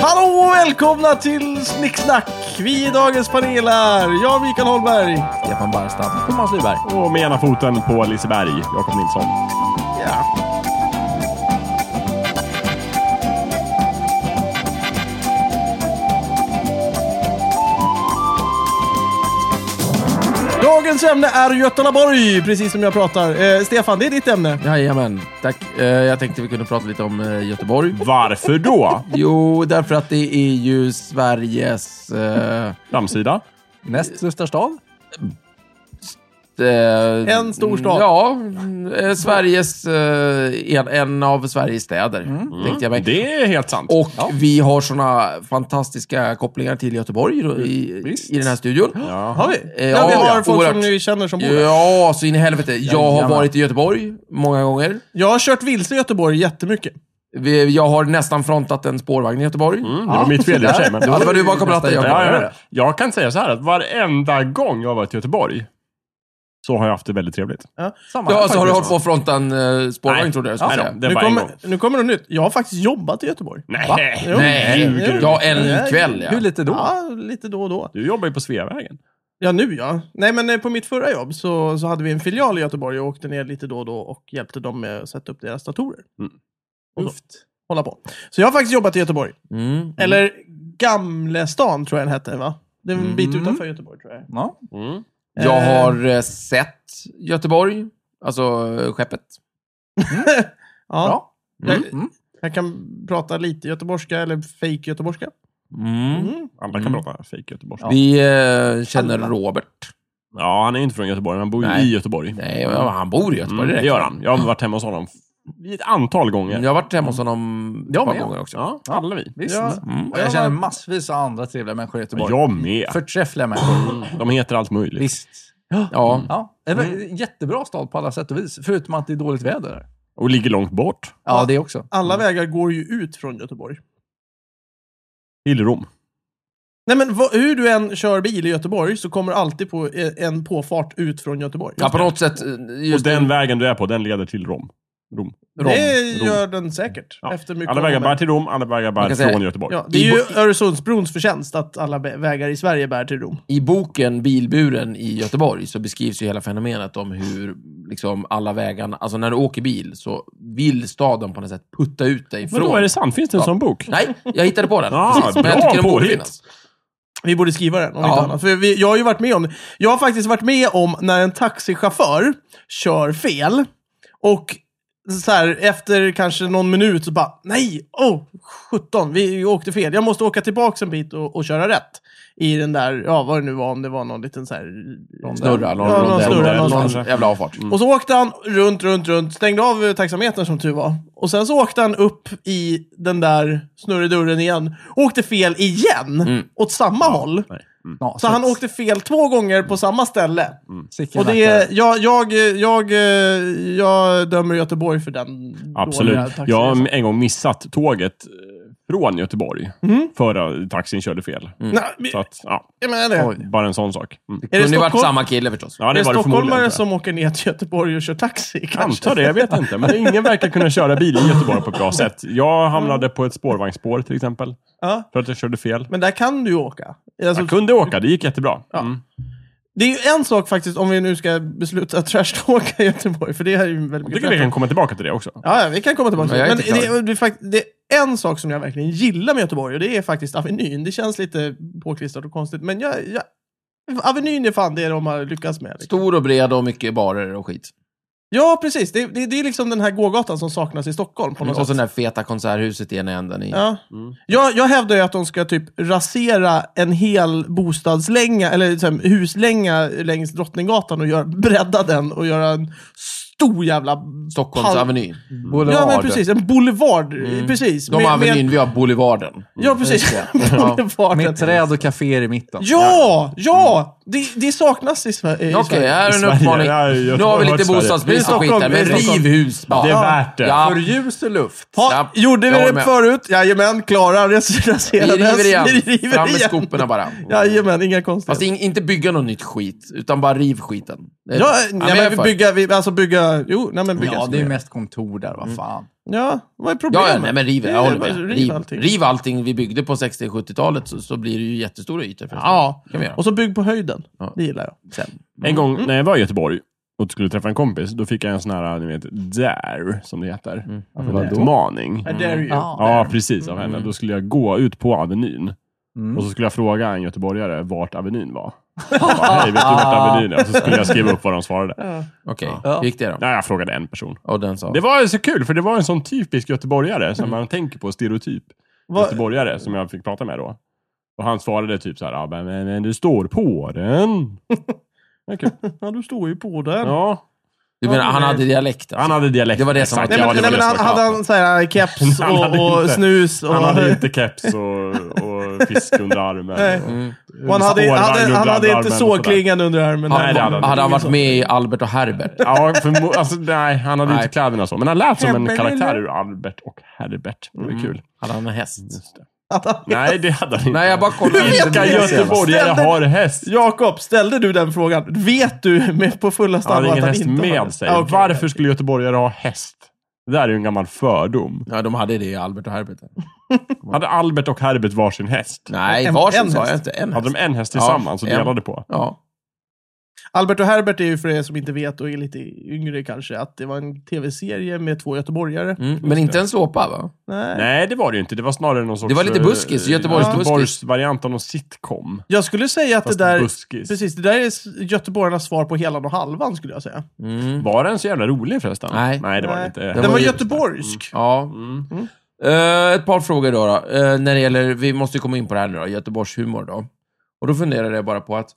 Hallå och välkomna till Snicksnack. Vi är dagens paneler. Jag, Mikael Holmberg. Stefan Barstam. Thomas Lyberg. Och med ena foten på Liseberg, Jakob Nilsson. Ja. Dagens ämne är Göteborg, precis som jag pratar. Stefan, det är ditt ämne. Jajamän, tack. Jag tänkte vi kunde prata lite om Göteborg. Varför då? Jo, därför att det är ju Sveriges... Framsida. Näst största stad? En stor stad. Ja, Sveriges... en av Sveriges städer, tänkte jag mig. Det är helt sant. Och vi har såna fantastiska kopplingar till Göteborg i den här studion. Ja. Har vi? Vi har folk som ni känner som bor där. Ja, så in i helvete. Jag har varit i Göteborg många gånger. Jag har kört vilse i Göteborg jättemycket. Jag har nästan frontat en spårvagn i Göteborg. Det var mitt fel i och för sig. Men Det var du bakom ratten. Jag kan säga så här att varenda gång jag har varit i Göteborg så har jag haft det väldigt trevligt. Ja. Ja, så har du hållit på att fronta en spårvagn, tror jag. Nu kommer det nytt. Jag har faktiskt jobbat i Göteborg. Nej. Ja, en kväll, ja. Hur lite då? Ja, lite då och då. Du jobbar ju på Sveavägen. Ja, nu ja. Nej, men på mitt förra jobb så hade vi en filial i Göteborg och åkte ner lite då och då och hjälpte dem med att sätta upp deras datorer. Och hålla på. Så jag har faktiskt jobbat i Göteborg. Eller Gamlestan tror jag den hette, va? Det är en bit utanför Göteborg, tror jag. Ja. Jag har sett Göteborg, alltså skeppet. Ja. Jag kan prata lite göteborgska eller fake göteborgska. Alla kan prata fake göteborgska. Vi känner Robert. Ja, han är inte från Göteborg. Han bor ju i Göteborg. Nej, han bor i Göteborg direkt. Det gör han. Jag har varit hemma hos honom ett antal gånger. Jag har varit hemma hos honom ett par gånger också. Ja, alla vi. Visst. Ja. Och jag känner massvis av andra trevliga människor i Göteborg. Jag med. Förträffliga människor. De heter allt möjligt. Visst. Ja. Det är en jättebra stad på alla sätt och vis. Förutom att det är dåligt väder här. Och ligger långt bort. Ja, det också. Alla vägar går ju ut från Göteborg. Till Rom. Nej, men hur du än kör bil i Göteborg så kommer alltid på en påfart ut från Göteborg. Ja, på något sätt. Och den vägen du är på, den leder till Rom. Det gör den säkert. Ja. Efter mycket alla vägar bär till Rom, alla vägar bär från Göteborg. Ja, det är ju Öresundsbrons förtjänst att alla vägar i Sverige bär till Rom. I boken Bilburen i Göteborg så beskrivs ju hela fenomenet om hur liksom alla vägarna, alltså när du åker bil så vill staden på något sätt putta ut dig från. Men då är det sant, finns det en sån bok? Nej, jag hittade på den. Precis. Men jag tycker den borde finnas. Vi borde skriva den om inte annat. För jag har ju varit med om det. Jag har faktiskt varit med om när en taxichaufför kör fel och så här, efter kanske någon minut så bara, nej, 17, vi åkte fel. Jag måste åka tillbaka en bit och köra rätt. I den där, vad det nu var, om det var någon liten så här... Snurra, någon jävla avfart. Och så åkte han runt, stängde av taxametern som tur var. Och sen så åkte han upp i den där snurredörren igen. Åkte fel igen, åt samma håll. Så han åkte fel 2 gånger på samma ställe. Och det är, jag dömer Göteborg för den. Absolut. Jag har en gång missat tåget från Göteborg för att taxin körde fel. Så att, bara en sån sak. Det kunde ju varit samma kille förstås. Ja, det är stockholmare som åker ner till Göteborg och kör taxi, kanske. Antar det, jag vet inte. Men ingen verkar kunna köra bil i Göteborg på ett bra sätt. Jag hamnade på ett spårvagnsspår till exempel. För att jag körde fel. Men där kan du ju åka. Alltså, jag kunde åka, det gick jättebra. Det är ju en sak faktiskt, om vi nu ska besluta att trashtalka i Göteborg, för det är ju väldigt mycket. Jag tycker vi kan komma tillbaka till det också. Ja, vi kan komma tillbaka till det. Men det är en sak som jag verkligen gillar med Göteborg, och det är faktiskt Avenyn. Det känns lite påklistrat och konstigt, men Avenyn är fan det de har lyckats med. Liksom. Stor och bred och mycket barer och skit. Ja, precis. Det är liksom den här gågatan som saknas i Stockholm på något sätt. Och så den där feta konserthuset i ena änden. Jag hävdar ju att de ska typ rasera en hel bostadslänga, eller så här, huslänga längs Drottninggatan och bredda den och göra en stor jävla... Stockholms Avenyn. Ja, men precis. En boulevard. Precis. De Avenyn, vi har boulevarden. Ja, precis. Med träd och kaféer i mitten. Ja! Det saknas i Sverige. Okej, här är en uppmaning. Nu har vi lite bostadsbrist och skit där, men rivhus. Det är värt det. För ljus och luft. Gjorde vi det förut? Jajamän, Klara raserades. Vi river igen. Fram med skoporna bara. Jajamän, inga konstigheter. Fast inte bygga något nytt skit, utan bara riv skiten. Ja, bygga. Ja, det är ju mest kontor där, vad fan. Ja, vad är problemet? Ja, nej, men riv, jag håller med. Riv Allting vi byggde på 60-70-talet så blir det ju jättestora ytor. Ja, kan vi göra. och så bygg på höjden. Ja. Det gillar jag. Sen. En gång när jag var i Göteborg och skulle träffa en kompis, då fick jag en sån här, ni vet, dare, som det heter. En utmaning. I dare you. Ja, precis, av henne. Då skulle jag gå ut på Avenyn. Och så skulle jag fråga en göteborgare vart Avenyn var. Hej, vet du vart Avenyn är? Och så skulle jag skriva upp vad de svarade. Okej, hur gick det då? Nej, jag frågade en person. Och den sa... Det var så kul, för det var en sån typisk göteborgare som man tänker på, stereotyp. Göteborgare som jag fick prata med då. Och han svarade typ så här, men du står på den. Okay. Ja, du står ju på den. Ja. Du menar, han hade dialekt? Alltså. Han hade dialekt. Det var det som var... Hade han så här keps och snus? Och... Han hade inte keps och fisk under armen. Och han hade inte sågklingan under armen. Nej, hade han varit med i Albert och Herbert? Ja, nej, han hade inte kläderna så. Men han lät som en karaktär ur Albert och Herbert. Det var kul. Hade han en häst? Nej, det hade han inte. Nej, jag bara kollar. Vilka göteborgare har häst? Jakob, ställde du den frågan? Vet du på fulla Han hade att ingen han häst inte med har sig. Okay. Varför skulle göteborgare ha häst? Det där är ju en gammal fördom. Ja, de hade det i Albert och Herbert. Hade Albert och Herbert varsin häst? Nej, varsin sa jag häst. inte. En hade de en häst tillsammans och delade på? Ja. Albert och Herbert är ju, för er som inte vet och är lite yngre kanske, att det var en tv-serie med 2 göteborgare. Men inte en såpa, va? Nej, det var det ju inte. Det var snarare någon sorts... Det var lite buskis, Göteborgs variant av någon sitcom. Jag skulle säga att fast det där... Buskis. Precis, det där är göteborgarnas svar på Helan och Halvan, skulle jag säga. Var den så jävla rolig förresten? Nej. Nej, det var den inte. Den var göteborgsk. Ja. Ett par frågor då. När det gäller... Vi måste ju komma in på det här nu då. Göteborgs humor då. Och då funderar jag bara på att...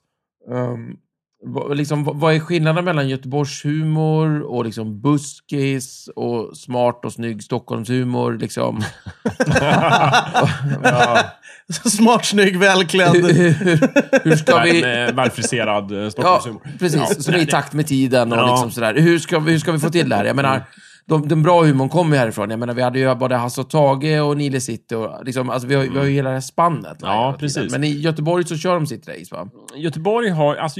vad är skillnaden mellan Göteborgs humor och liksom buskis och smart och snygg Stockholmshumor liksom? Smart, snygg, välklädd. Hur ska vi... Välfriserad Stockholmshumor. Ja, precis. Som är i takt med tiden och liksom sådär. Hur ska vi få till det här? Jag menar, den bra humorn kommer ju härifrån. Jag menar, vi hade ju både Hasse och Tage och Nile City och liksom, alltså vi har ju hela det här spannet. Ja, precis. Men i Göteborg så kör de sitt race, va? Göteborg har, alltså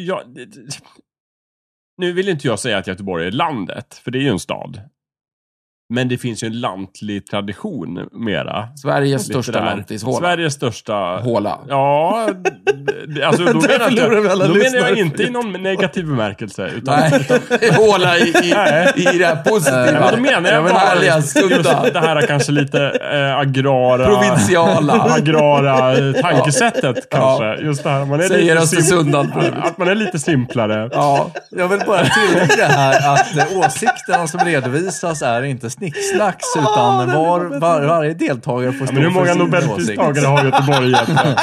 nu vill inte jag säga att Göteborg är landet, för det är ju en stad. Men det finns ju en lantlig tradition mera. Sveriges största lantishåla. Sveriges största... Håla. Ja, alltså då menar jag inte i någon negativ bemärkelse. Utan håla i det här positiva. Ja, då menar jag bara just det här kanske lite agrara... Provinciala. Agrara tankesättet kanske. Ja. Just det här. Man är säger att man är lite simplare. Ja, jag vill bara tillägga det här att åsikterna som redovisas är inte snicksnacks utan varje deltagare får stå men hur många Nobelpristagare har Göteborg gett?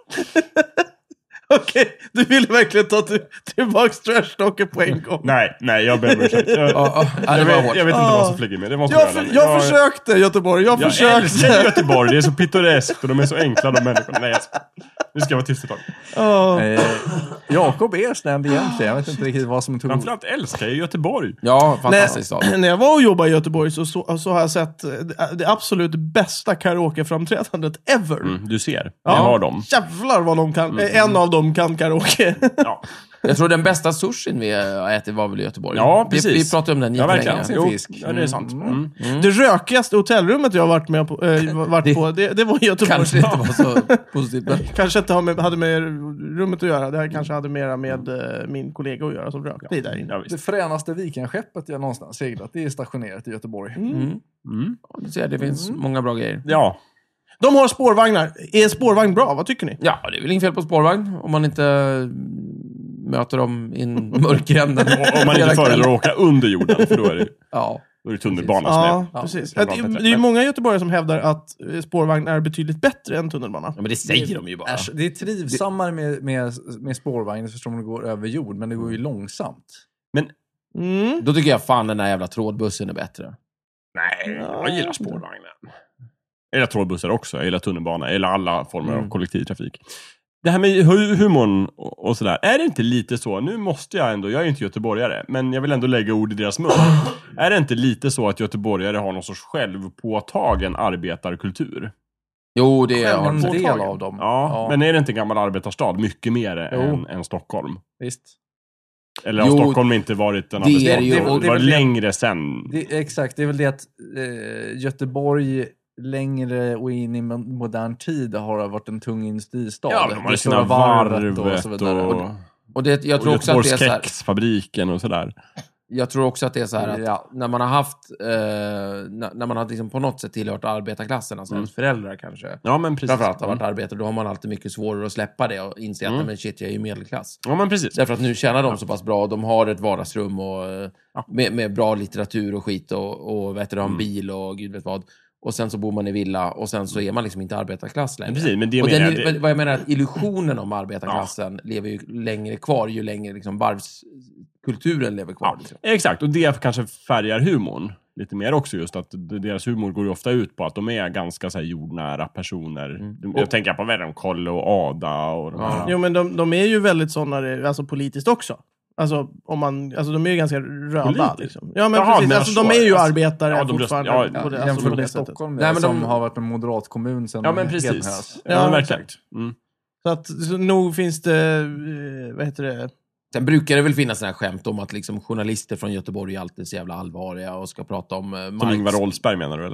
Okej, du vill verkligen ta tillbaka trashtalken på en gång. Nej, jag ber om ursäkt. Jag vet inte vad som flyger med. Jag försökte, Göteborg. Jag älskar Göteborg. Det är så pittoreskt och de är så enkla, de människorna. Nej, nu ska jag vara tyst ett tag. Jakob är snäll egentligen. Jag vet inte riktigt vad som tog... Framförallt älskar jag Göteborg. Ja, fantastiskt stad. När jag var och jobbade i Göteborg så har jag sett det absolut bästa karaokeframträdandet ever. Du ser. Jag har dem. Jävlar vad de kan. En av dem kan karaoke. Ja. Jag tror den bästa sushin vi har ätit var väl i Göteborg. Ja, precis. Vi pratade om den jättelänge. Fisk. Ja, det är sant. Det rökigaste hotellrummet jag har varit med på, det var i Göteborg. Kanske inte var så positivt. Men... Kanske inte hade med rummet att göra. Det här kanske hade mera med min kollega att göra som rökte i där inne. Det fränaste vikingaskeppet jag någonstans seglat, det är stationerat i Göteborg. Du ser, det finns många bra grejer. Ja. De har spårvagnar. Är spårvagn bra? Vad tycker ni? Ja, det är väl inget fel på spårvagn om man inte möter dem i en mörkgränden. Om man inte föredrar att åka under jorden, för då är det tunnelbana som är. Ja, precis. Det är ju många göteborgare som hävdar att spårvagn är betydligt bättre än tunnelbana. Ja, men det säger de ju bara. Det är trivsammare med spårvagn eftersom det går över jord, men det går ju långsamt. Men då tycker jag fan den här jävla trådbussen är bättre. Nej, jag gillar spårvagnen. Jag gillar trådbussar också. Jag gillar tunnelbana. Jag gillar alla former av kollektivtrafik. Det här med humorn och sådär. Är det inte lite så? Nu måste jag ändå... Jag är inte göteborgare. Men jag vill ändå lägga ord i deras mun. Är det inte lite så att göteborgare har någon sorts självpåtagen arbetarkultur? Jo, det är en del av dem. Ja, men är det inte en gammal arbetarstad? Mycket mer än Stockholm. Visst. Eller har Stockholm inte varit en arbetsstad? Det var längre sen. Exakt, det är väl det att Göteborg längre och in i modern tid har varit en tung industristad. Ja, de har sina varvet och så vidare. Och det, jag tror också att det är så här, kexfabriken och sådär. Jag tror också att det är så här att när man har haft när man har liksom på något sätt tillhört arbetarklassen, alltså ens föräldrar kanske. Ja, men precis. Framförallt har varit arbetare, då har man alltid mycket svårare att släppa det och inse att men shit, jag är ju medelklass. Ja, men precis. Därför att nu tjänar de så pass bra, de har ett vardagsrum och med bra litteratur och skit och vet du, en bil och gud vet vad. Och sen så bor man i villa och sen så är man liksom inte arbetarklass längre. Precis, men det och menar vad jag menar är att illusionen om arbetarklassen lever ju längre kvar ju längre liksom varvskulturen lever kvar. Liksom. Exakt, och det kanske färgar humorn lite mer också, just att deras humor går ju ofta ut på att de är ganska så här jordnära personer. Jag tänker på vad Kolle och Ada och de här. Jo, men de är ju väldigt sådana, alltså politiskt också. Alltså, de är ju ganska röda. Liksom. Ja, men Jaha, precis. men alltså, de är ju arbetare fortfarande. Jämfört med Stockholm, som har varit en moderat kommun sen. Ja, men precis. Ja, verkligen. Så nog finns det, vad heter det? Sen brukar det väl finnas sådana här skämt om att liksom journalister från Göteborg är alltid så jävla allvarliga och ska prata om Som Ingvar Oldsberg menar du,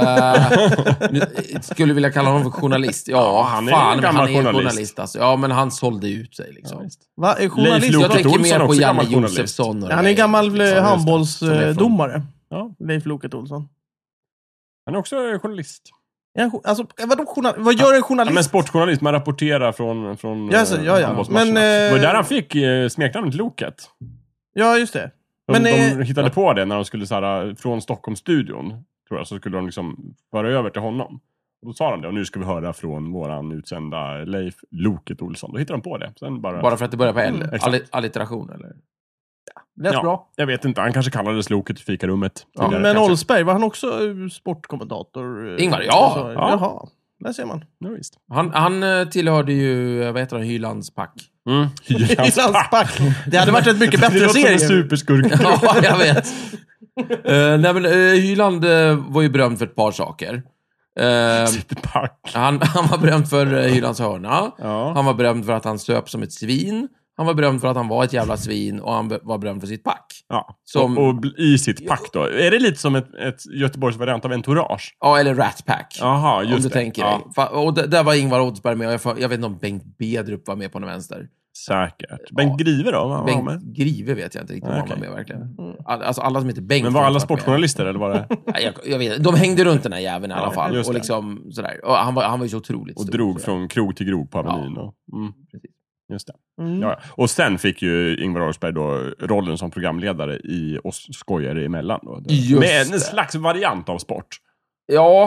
eller? Skulle vilja kalla honom för journalist. Ja, han är fan, en gammal journalist alltså. Ja, men han sålde ut sig liksom. Va? Är journalist? Jag tänker Olsson mer på också Janne gammal Josefsson. Han är en gammal handbollsdomare. Ja. Leif Loket Olsson. Han är också journalist. Ja, alltså, vad gör en journalist? Ja, men sportjournalist, man rapporterar från ja. Men, det var där han fick smeknamnet Loket. Ja, just det. De hittade på det när de skulle så här, från Stockholmsstudion, tror jag, så skulle de liksom föra över till honom. Och då sa de det, och nu ska vi höra från våran utsända Leif Loket Olsson. Då hittade de på det. Sen bara för att det börjar på L? Alliteration, eller? Lätt bra. Jag vet inte, han kanske kallades Loket i fikarummet. Ja, men Oldsberg, var han också sportkommentator? Ingvar, Jaha, där ser man. Ja, visst. Han tillhörde ju, vad heter det, Hylands pack. Hylands pack. Det hade varit ett mycket bättre serie. Det låter som en superskurk. Ja, jag vet. Nej, men Hyland var ju berömd för ett par saker. Han var berömd för Hylands hörna. Ja. Han var berömd för att han söp som ett svin. Han var berömd för att han var ett jävla svin. Och han var berömd för sitt pack. Ja. Och i sitt pack då. Är det lite som ett Göteborgs variant av Entourage? Ja, eller Rat Pack. Aha, just om du det. tänker dig. Och där var Ingvar Oldsberg med. Och jag vet inte om Bengt Bedrup var med på den vänster. Säkert. Bengt Grive då? Bengt Grive vet jag inte riktigt om han var med verkligen. Alltså alla som heter Bengt. Men var alla sportjournalister eller var det? jag vet. De hängde runt den här jäveln i alla fall. Och liksom sådär. Och han var ju så otroligt och stor. Drog från krog till grov på Avenyn. Ja. Precis. Just det. Ja. Och sen fick ju Ingvar Oldsberg då rollen som programledare i Oss skojare emellan. Då. Med en slags variant av sport. Ja,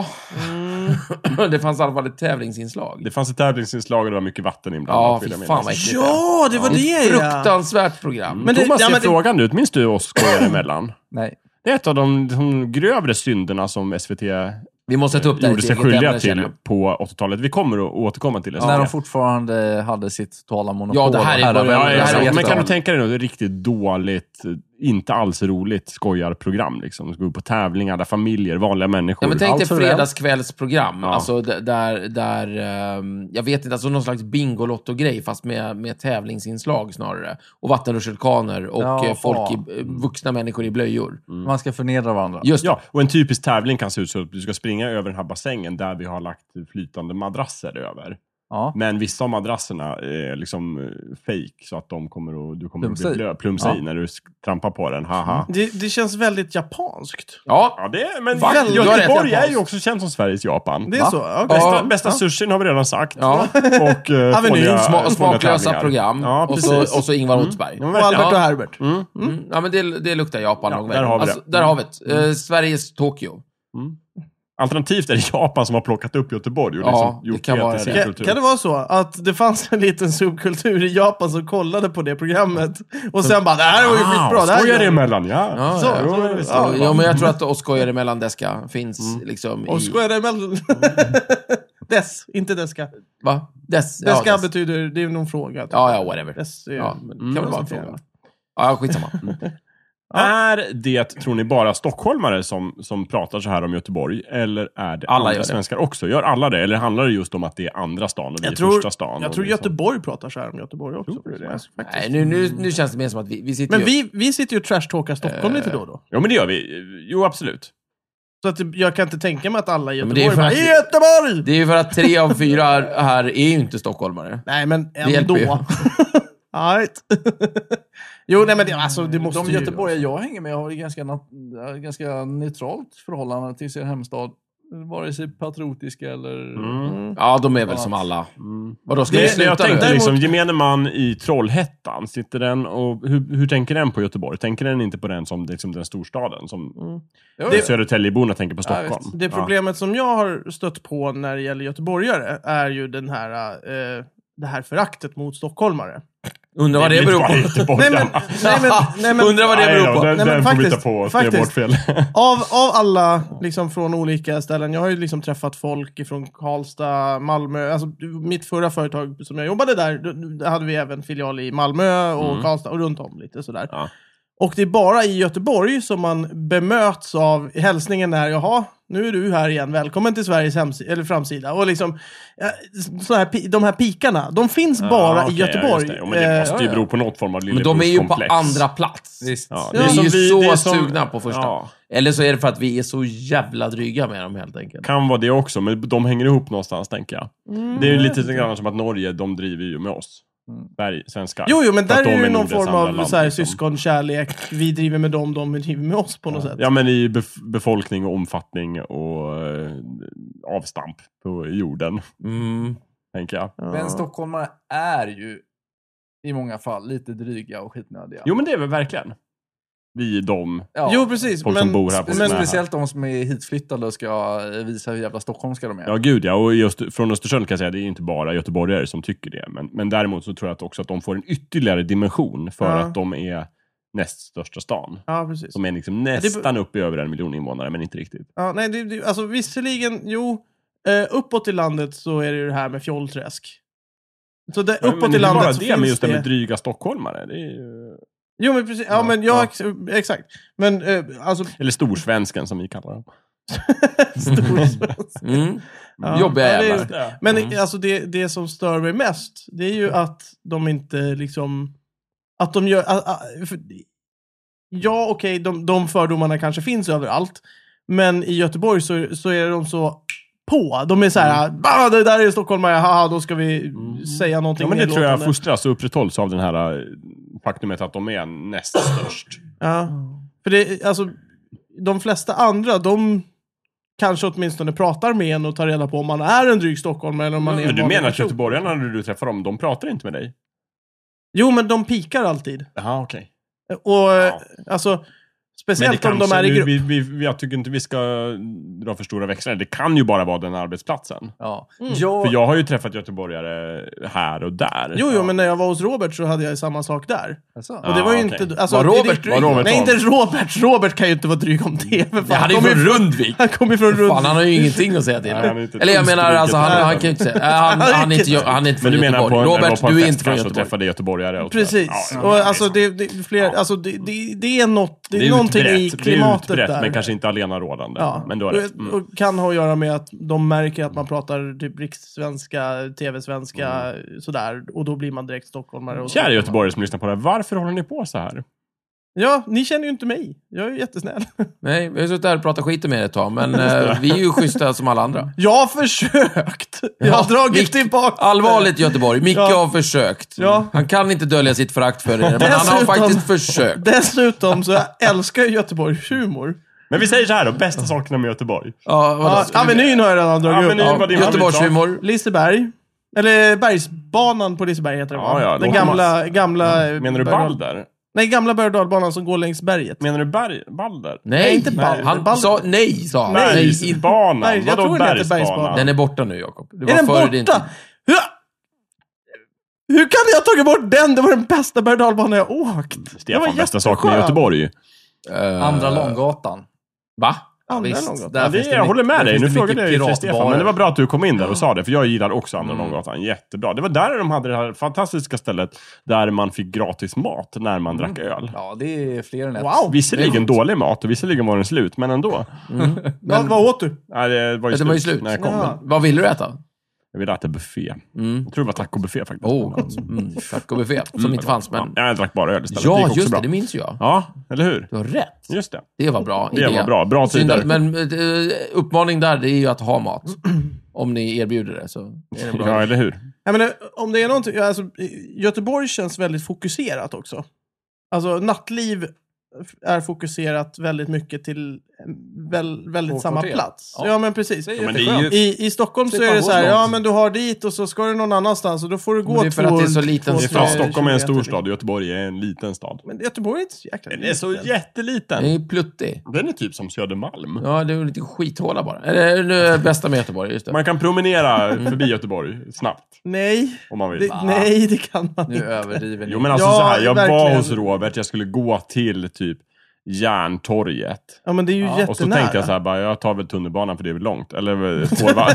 det fanns i alla fall ett tävlingsinslag. Det fanns ett tävlingsinslag och det var mycket vatten inblandat. Ja, fan vad äckligt. Ja, det var det. Fruktansvärt program. Men Thomas, ser frågan ut. Minns du Oss skojare emellan? Nej. Det är ett av de grövre synderna som SVT vi måste ta upp det gjorde sig skyldiga till på 80-talet. Vi kommer att återkomma till det. När de fortfarande hade sitt totala monopol. Ja, det här är men kan du tänka dig något riktigt dåligt, inte alls roligt skojarprogram liksom. Gå på tävlingar där familjer, vanliga människor. Ja, men tänk dig fredagskvällsprogram. Ja. Alltså där jag vet inte, alltså någon slags bingolotto-grej fast med tävlingsinslag snarare. Och vattenrutschkaner och vuxna människor i blöjor. Man ska förnedra varandra. Just det. Ja, och en typisk tävling kan se ut så att du ska springa över den här bassängen där vi har lagt flytande madrasser över. Ja. Men vissa av madrasserna är liksom fake så att du kommer att plumsa i när du trampar på den. Haha. Det känns väldigt japanskt. Ja men Göteborg är ju också känt som Sveriges Japan. Det är så? Okay. Bästa sushin har vi redan sagt. Ja. Och smaklösa program. Ja, och så Ingvar Oldsberg. Och Albert och Herbert. Ja, men det luktar Japan någon där har vi alltså, där har vi det. Sveriges Tokyo. Alternativt är det Japan som har plockat upp Göteborg och liksom gjort det kan sin kultur. Kan det vara så att det fanns en liten subkultur i Japan som kollade på det programmet och sen bara, det här var ju skitbra. Skojar det emellan, ja, men jag tror att och skojar emellan deska finns liksom och skojar det emellan. Inte deska. Va? Deska betyder, det är någon fråga. Ja, whatever. Kan väl vara en fråga. Ja, skitsamma. Är det, tror ni, bara stockholmare som pratar så här om Göteborg? Eller är det alla andra svenskar också? Gör alla det? Eller handlar det just om att det är andra stan och vi är första stan? Jag tror Göteborg pratar så här om Göteborg också. Nej, nu känns det mer som att vi sitter men vi sitter ju och trash-talkar Stockholm lite då. Ja, men det gör vi. Jo, absolut. Så att jag kan inte tänka mig att alla i Göteborg Göteborg i Göteborg! Det är ju för att 3 av 4 här är ju inte stockholmare. Nej, men ändå. Right. Jo, nej, men det måste de göteborgare jag hänger med har ganska neutralt förhållande till sin hemstad. Vare sig patriotiska eller... Ja, de är väl som alla. Vadå, ska vi sluta jag tänkte nu? liksom, gemene man i Trollhättan, sitter den och hur tänker den på Göteborg? Tänker den inte på den som liksom den storstaden som Södertäljeborna tänker på Stockholm? Det problemet som jag har stött på när det gäller göteborgare är ju det här föraktet mot stockholmare. Undrar vad det beror på. Undrar vad det beror på. Den får vi ta på oss, det är vårt fel. Av alla liksom från olika ställen, jag har ju liksom träffat folk från Karlstad, Malmö, alltså mitt förra företag som jag jobbade där hade vi även filial i Malmö och Karlstad och runt om lite sådär. Ja. Och det är bara i Göteborg som man bemöts av hälsningen där, jaha, nu är du här igen, välkommen till Sveriges framsida. Och liksom, de här pikarna, de finns bara i Göteborg. Det. Men det måste ju bero på något form av lillebrorskomplex. Men de är ju på andra plats. Ja, vi är ju så sugna på första. Ja. Eller så är det för att vi är så jävla dryga med dem helt enkelt. Kan vara det också, men de hänger ihop någonstans, tänker jag. Det är ju lite grann som att Norge, de driver ju med oss. Svenskar. Jo, men där är det någon form av så här, syskonkärlek. Vi driver med dem, de driver med oss på något sätt. Ja, men i befolkning och omfattning och avstamp på jorden. Tänker jag. Men stockholmare är ju i många fall lite dryga och skitnödiga. Jo, men det är väl verkligen. Vi jo, precis. Folk som bor här på men speciellt de som är hitflyttade och ska visa hur jävla stockholmska de är. Ja, gud ja. Och just från Östersund kan jag säga, det är inte bara göteborgare som tycker det. Men däremot så tror jag också att de får en ytterligare dimension för att de är näst största stan. Ja, precis. De är liksom nästan uppe i över 1 miljon invånare, men inte riktigt. Ja, nej, alltså visserligen, uppåt i landet så är det ju det här med fjollträsk. Så uppåt i landet så finns det... Men just det med dryga stockholmare, det är ju... Jo, men precis. Ja, men exakt. Men alltså... Eller storsvensken som vi kallar dem. Storsvensken. Jobbiga jävlar. Men alltså det som stör mig mest, det är ju att de inte liksom... Att de gör... okej, de fördomarna kanske finns överallt. Men i Göteborg så är de så... De är så här, det där är stockholmare, haha, då ska vi säga någonting. Ja, men det tror jag fostras och upprätthålls av den här faktumet att de är näst störst. Ja, för det, alltså, de flesta andra, de kanske åtminstone pratar med en och tar reda på om man är en dryg stockholmare eller om man är en. Men du menar att göteborgarna när du träffar dem, de pratar inte med dig? Jo, men de pikar alltid. Jaha, okej. Och alltså... Speciellt om de är i grupp. Jag tycker inte vi ska dra för stora växlar. Det kan ju bara vara den arbetsplatsen. Ja. För jag har ju träffat göteborgare här och där. Jo, men när jag var hos Robert så hade jag samma sak där. Alltså. Och det var ju inte... Alltså, var Robert dryg? Nej, inte Robert. Robert kan ju inte vara dryg om det. Han är ju från Rundvik. Han kommer ju från Rundvik. Fan, han har ju ingenting att säga till. Eller jag menar, alltså, han kan ju inte säga... Han är inte från Göteborg. Robert, du är inte från Göteborg. Träffade göteborgare. Precis. Och alltså, det är något... Det är någonting i klimatet där. Men kanske inte alena rådande. Ja. Men då är det. Och kan ha att göra med att de märker att man pratar typ rikssvenska, tv-svenska, sådär. Och då blir man direkt stockholmare. Kära göteborgare som lyssnar på det här, varför håller ni på så här? Ja, ni känner ju inte mig. Jag är ju jättesnäll. Nej, vi har suttit där och pratat skit med er ett tag, men vi är ju schyssta som alla andra. Jag har försökt. Jag har dragit tillbaka. Allvarligt Göteborg, Micke har försökt. Ja. Han kan inte dölja sitt förakt för er, men han har faktiskt försökt. Dessutom så älskar jag Göteborgs humor. Men vi säger så här då, bästa sakerna med Göteborg. Avenyn har jag redan dragit upp. Göteborgs humor. Liseberg. Eller Bergsbanan på Liseberg heter det, va? Ja, den gamla... Menar du Balder? Nej, gamla berg- och dalbanan som går längs berget. Menar du Balder? Nej, inte Balder. Han sa nej, sa han. Bergsbanan. Jag tror det heter Bergsbanan. Den är borta nu, Jakob. Är den borta? Hur kan jag ha tagit bort den? Det var den bästa berg- och dalbanan jag åkt. Stefan, bästa saker med Göteborg. Andra Långgatan. Va? Andra visst. Långgatan. Jag håller med dig. Nu frågade jag ju piratbarer. Stefan, men det var bra att du kom in där och sa det. För jag gillar också Andra Långgatan. Jättebra. Det var där de hade det här fantastiska stället där man fick gratis mat när man drack öl. Ja, det är fler än ett. Wow! Visserligen dålig mat och visserligen var den slut, men ändå. Vad åt du? Nej, det var ju slut när jag kom. Ja. Vad ville du äta? Jag ville äta buffé. Jag tror det var tacobuffé faktiskt. Tacobuffé. Som inte fanns, men... Ja, jag drack bara öl istället. Ja, gick också just bra. det minns jag. Ja, eller hur? Du har rätt. Just det. Det var bra. Det var bra. Bra tider. Men uppmaning där, det är ju att ha mat. Om ni erbjuder det, så är det bra. Ja, eller hur? Jag menar, om det är någonting... Alltså, Göteborg känns väldigt fokuserat också. Alltså, nattliv är fokuserat väldigt mycket till väldigt samma kvarter. plats. Ja, men precis. Ja, men det är ju... I Stockholm så är det så här, ja men du har dit och så ska du någon annanstans och då får du gå Men det är för att det är så liten Det är för att Stockholm är en stor kilometer. stad och Göteborg är en liten stad. Men Göteborg är inte så jäkla Den är så Den jätteliten. är pluttig. Den är typ som Södermalm. Ja, det är en liten skithåla bara. Eller det bästa med Göteborg, just det. Man kan promenera förbi Göteborg snabbt Nej, om man vill. nej, det kan man Nu inte. överdriver ni. Jo, men alltså Ja, så här, jag var verkligen. hos Robert, jag skulle gå till typ Järntorget. Ja, men det är ju jättenära. Och så tänkte jag så här, bara, jag tar väl tunnelbanan för det är väl långt. Eller spårvagn.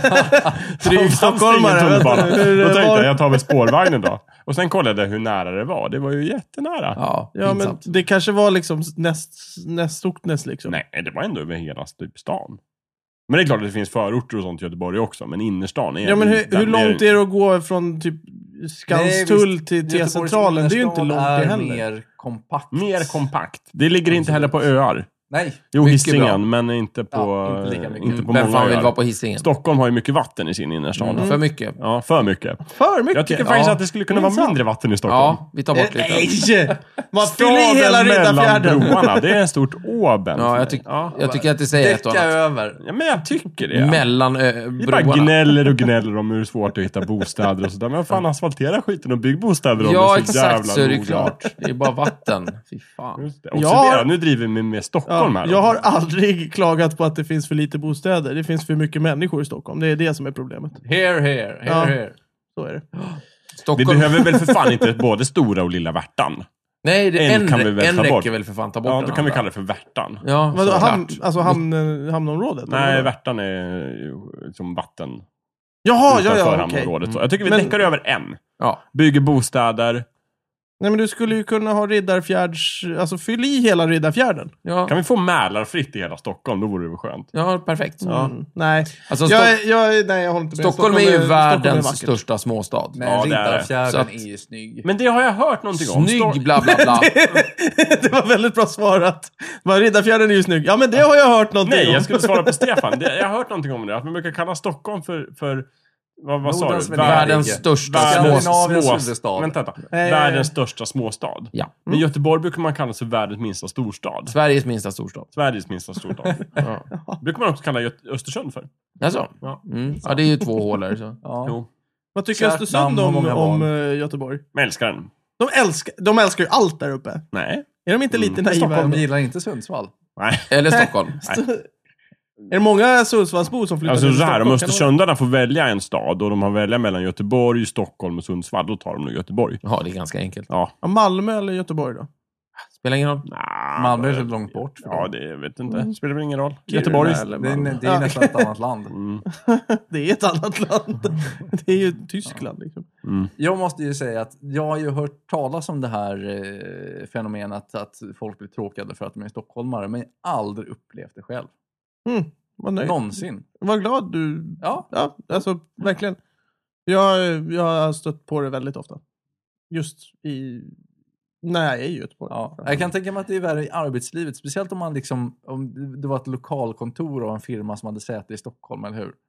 Dryg stockholmare, vet du hur det Då tänkte var? jag tar väl spårvagnen då. Och sen kollade jag hur nära det var. Det var ju jättenära. Ja, Ja, men pinsamt. det kanske var liksom näst Socknes liksom. Nej, det var ändå över hela typ stan. Men det är klart att det finns förorter och sånt i Göteborg också. Men innerstan är... Ja, men hur långt är det att gå från typ Skanstull till T-centralen? Det är ju inte långt det heller. Mer kompakt. Mer kompakt. Det ligger inte heller på öar. Nej. Jo, Mycket Hisingen, bra. men inte på, Ja, inte lika mycket. inte på Vem många fan vill öar. vara på Hisingen? Stockholm har ju mycket vatten i sin innerstad. För mycket. Ja, för mycket. För mycket? Jag tycker faktiskt Ja. att det skulle kunna vara Minsann. mindre vatten i Stockholm. Ja, vi tar bort lite. Nej! Man fyller i hela Staden mellan Riddarfjärden. broarna, det är en stort åben. Ja, jag tycker att det säger ett och Däcka annat. över. Ja, men jag tycker det. Mellan Vi bara broarna. gnäller om hur det är svårt att hitta bostäder och sådär. Men fan, asfaltera skiten och bygg bostäder om Ja, det är så jävla exakt, så är det noga. klart. Det är bara vatten. Fy fan. Just det. Ja. Observera, nu driver vi med Stockholm här. Jag har aldrig klagat på att det finns för lite bostäder. Det finns för mycket människor i Stockholm. Det är det som är problemet. Here. Så är det. Vi Stockholm. behöver väl för fan inte både Stora och Lilla Värtan. Nej, En kan vi väl en ta bort. räcker väl för fan ta bort Ja, den då kan vi andra. kalla det för Värtan. Ja, Vadå, såklart. hamnområdet? eller Nej, vadå? Värtan är ju som vatten Jaha, utanför ja, okej. hamnområdet. Så jag tycker vi Men- däckar över en. Ja. Bygger bostäder. Nej, men du skulle ju kunna ha Riddarfjärds... Alltså, fyll i hela Riddarfjärden. Ja. Kan vi få Mälarfritt i hela Stockholm, då vore det väl skönt. Ja, perfekt. Nej. Alltså, Nej, jag håller inte med. Stockholm är ju Stockholm världens vackert. största småstad. Men Ja, det är det. Riddarfjärden Så att- är ju snygg. Men det har jag hört någonting om. Snygg, bla bla bla. Det var väldigt bra svarat. Bara, Riddarfjärden är ju snygg. Ja, men det har jag hört någonting Nej, om. jag skulle svara på Stefan. Jag har hört någonting om det. Att man brukar kalla Stockholm för vad sa Nordens du? Venedig. Världens största Skandinaviens små... huvudstad. Vänta. Nej. Världens största småstad. Ja. Men Göteborg brukar man kalla för världens minsta storstad. Sveriges minsta storstad. Sveriges minsta storstad. Ja. Brukar man också kalla Östersund för. Alltså. Ja. Ja, det är ju 2 hålor. Så. Ja. Jo. Vad tycker Kärt Östersund namn och många om barn. Göteborg? Men älskar den. De älskar ju allt där uppe. Nej. Är de inte lite naiva? Stockholm ändå? gillar inte Sundsvall. Nej. Eller Stockholm. Är det många Sundsvallsbor som flyttar Alltså till så här, Stockholm? om Kan det Östersundarna får välja en stad och de har välja mellan Göteborg, Stockholm och Sundsvall, då tar de nog Göteborg. Ja, det är ganska enkelt. Ja. vara Malmö eller Göteborg då? Spelar ingen roll. Malmö är så långt bort. för Ja, dem. det vet inte. Spelar väl ingen roll. Kiruna Göteborg. eller Det är, Malmö. det är nästan ett annat land. Det är ett annat land. Det är ju Tyskland liksom. Jag måste ju säga att jag har ju hört talas om det här fenomenet att folk blir tråkade för att de är stockholmare, men jag har aldrig upplevt det själv. Vad nöjd. Någonsin. Vad glad du... Ja. Ja, alltså verkligen. Jag har stött på det väldigt ofta. Just när jag är i Göteborg. Ja. Jag kan tänka mig att det är värre i arbetslivet, speciellt om man liksom, om det var ett lokalkontor av en firma som hade säte i Stockholm, eller hur?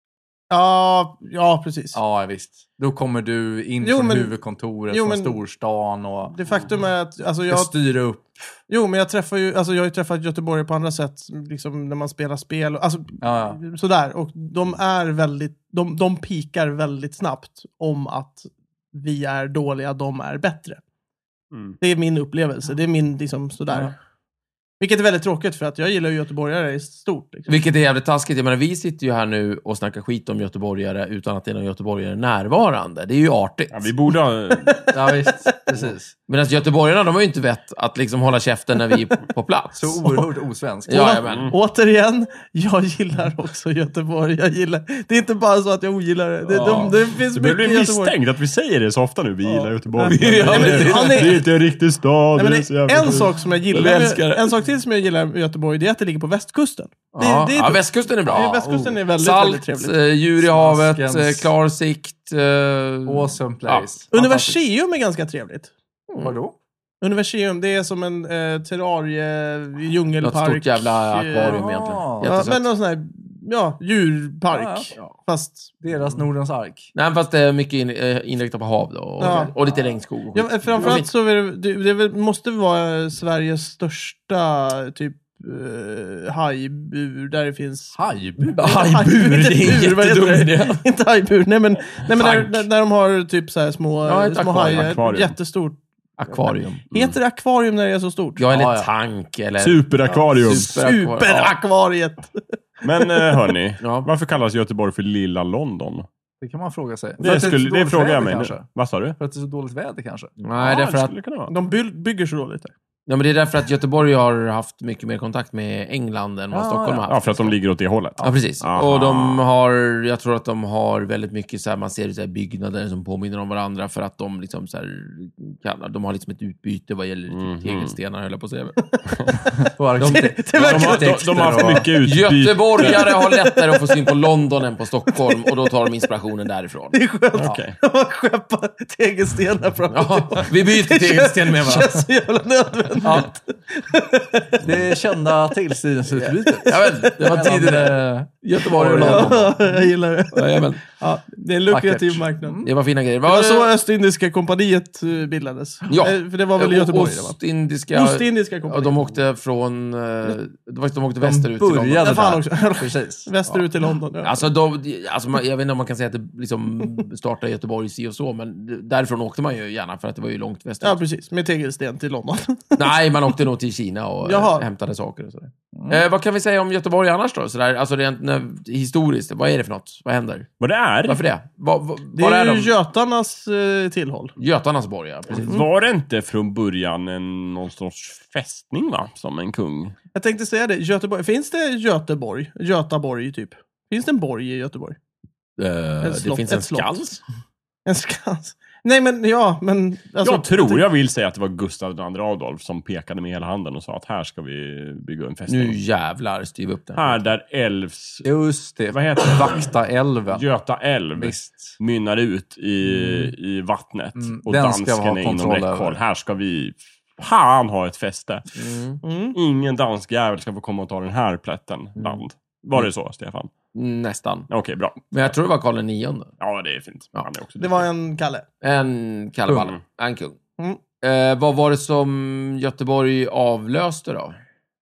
Ja, precis. Ja, visst. Då kommer du in Jo, från men- huvudkontoret jo, från men- storstan och Det faktum är att alltså, ska styra upp. Jo, men jag har ju träffat Göteborg på andra sätt, liksom när man spelar spel. Alltså, Ja. sådär. Och de är väldigt, de pikar väldigt snabbt om att vi är dåliga, de är bättre. Det är min upplevelse. Det är min, liksom, sådär. Ja. Vilket är väldigt tråkigt för att jag gillar ju göteborgare i stort. Liksom. Vilket är jävligt taskigt. Jag menar, vi sitter ju här nu och snackar skit om göteborgare utan att det är någon göteborgare närvarande. Det är ju artigt. Ja, vi borde ha... Ja, visst. Precis. Men alltså, göteborgarna, de har ju inte vett att liksom hålla käften när vi är på plats. Så oerhört osvensk. Ja, Återigen, jag gillar också Göteborg. Det är inte bara så att jag ogillar det. Det finns Det mycket blir i Göteborg. misstänkt att vi säger det så ofta nu. Vi gillar Göteborg. Nej, men det är inte en riktig stad. Nej, det är så jävla en sjukt. sak som jag gillar, en sak till som jag gillar med Göteborg, det är att det ligger på västkusten. Ja, västkusten är bra. Västkusten är väldigt, Salt, väldigt trevligt. djur i havet, Smaskens. klar sikt. Awesome place. Universium är ganska trevligt. Vadå? Universium, det är som en terrarie, Något djungelpark. stort jävla akvarium egentligen. Ja, Jättesött. men någon sån här djurpark. Ja. Fast... Deras Nordens ark. Nej, fast det är mycket inriktat på hav då. Och lite regnskog. Och Ja, skit. framförallt så är det måste vara Sveriges största typ hajbur där det finns... Hajbur? Hajbur, det är en vad heter jättedum det? idé. Inte hajbur, nej men Tank. där de har typ så här små, Ja, ett små akvarium. hajar. Jättestort. Akvarium. Heter det akvarium när det är så stort? Ja, eller Ja, ja. tank. Eller... Superakvarium. Superakvariet! Men hörni, Ja. varför kallas Göteborg för Lilla London? Det kan man fråga sig. Det frågar jag mig nu. Kanske. Vad sa du? För att det är så dåligt väder kanske. Nej, därför att... skulle kunna vara. De bygger så dåligt där. Ja, men det är därför att Göteborg har haft mycket mer kontakt med England än vad Stockholm har haft. Ja, för att de ligger åt det hållet. Ja, precis. Aha. Och de har, jag tror att de har väldigt mycket så här, man ser så här byggnader som påminner om varandra för att de liksom så här, de har liksom ett utbyte vad gäller typ tegelstenar, höll jag på att säga. De har haft mycket utbyte. Göteborgare har lättare att få syn på London än på Stockholm och då tar de inspirationen därifrån. Det är skönt Okej. att skeppa tegelstenar fram och tillbaka. Ja, vi byter tegelsten med Det varandra. känns så jävla nödvändigt. Ja. Det kända tegelstensutbytet. Jag vet, det var tidigare. Göteborg och London. Ja, jag gillar det. Jajamän. Ja, det är en lukrativ Vackert. marknad. Det var fina grejer. Det var så Östindiska kompaniet bildades. Ja. För det var väl i Göteborg det var. Ostindiska... Ostindiska Ja, kompaniet. de åkte från... De åkte västerut till London. Började Ja, fan där. också. Precis. Västerut till London. Ja. Alltså, jag vet inte om man kan säga att det liksom startade i Göteborg si och så, men därifrån åkte man ju gärna för att det var ju långt västerut. Ja, precis. Med tegelsten till London. Nej, man åkte nog till Kina och Jaha. hämtade saker och sådär. Vad kan vi säga om Göteborg annars då? Sådär, alltså rent historiskt, vad är det för något? Vad händer? Vad det är? Varför det? Det Var är är ju de? Götarnas tillhåll. Götarnas borg, ja, precis. Var det inte från början någon sorts fästning, va? Som en kung? Jag tänkte säga det. Göteborg. Finns det Göteborg? Götaborg, typ. Finns det en borg i Göteborg? Det slott, finns ett en slott. skans. En skans? Nej, men ja, men... Alltså, Jag vill säga att det var Gustav II Adolf som pekade med hela handen och sa att här ska vi bygga en fästning. Nu jävlar, styr upp den. Här där älvs... Just det. Vad heter det? Vakta älven. Göta älv Visst. mynnar ut i vattnet. Och Den ska vi ha dansken är inom kontroll räckhåll. över. Här ska vi ha ett fäste. Mm. Ingen dansk jävel ska få komma och ta den här plätten land. Var det så, Stefan? Nästan. Okej, bra. Men jag tror det var Karl IX. Ja, det är fint. Ja. Han är också Det var en Kalle. En kallballe. Kung. En kung. Mm. Vad var det som Göteborg avlöste då?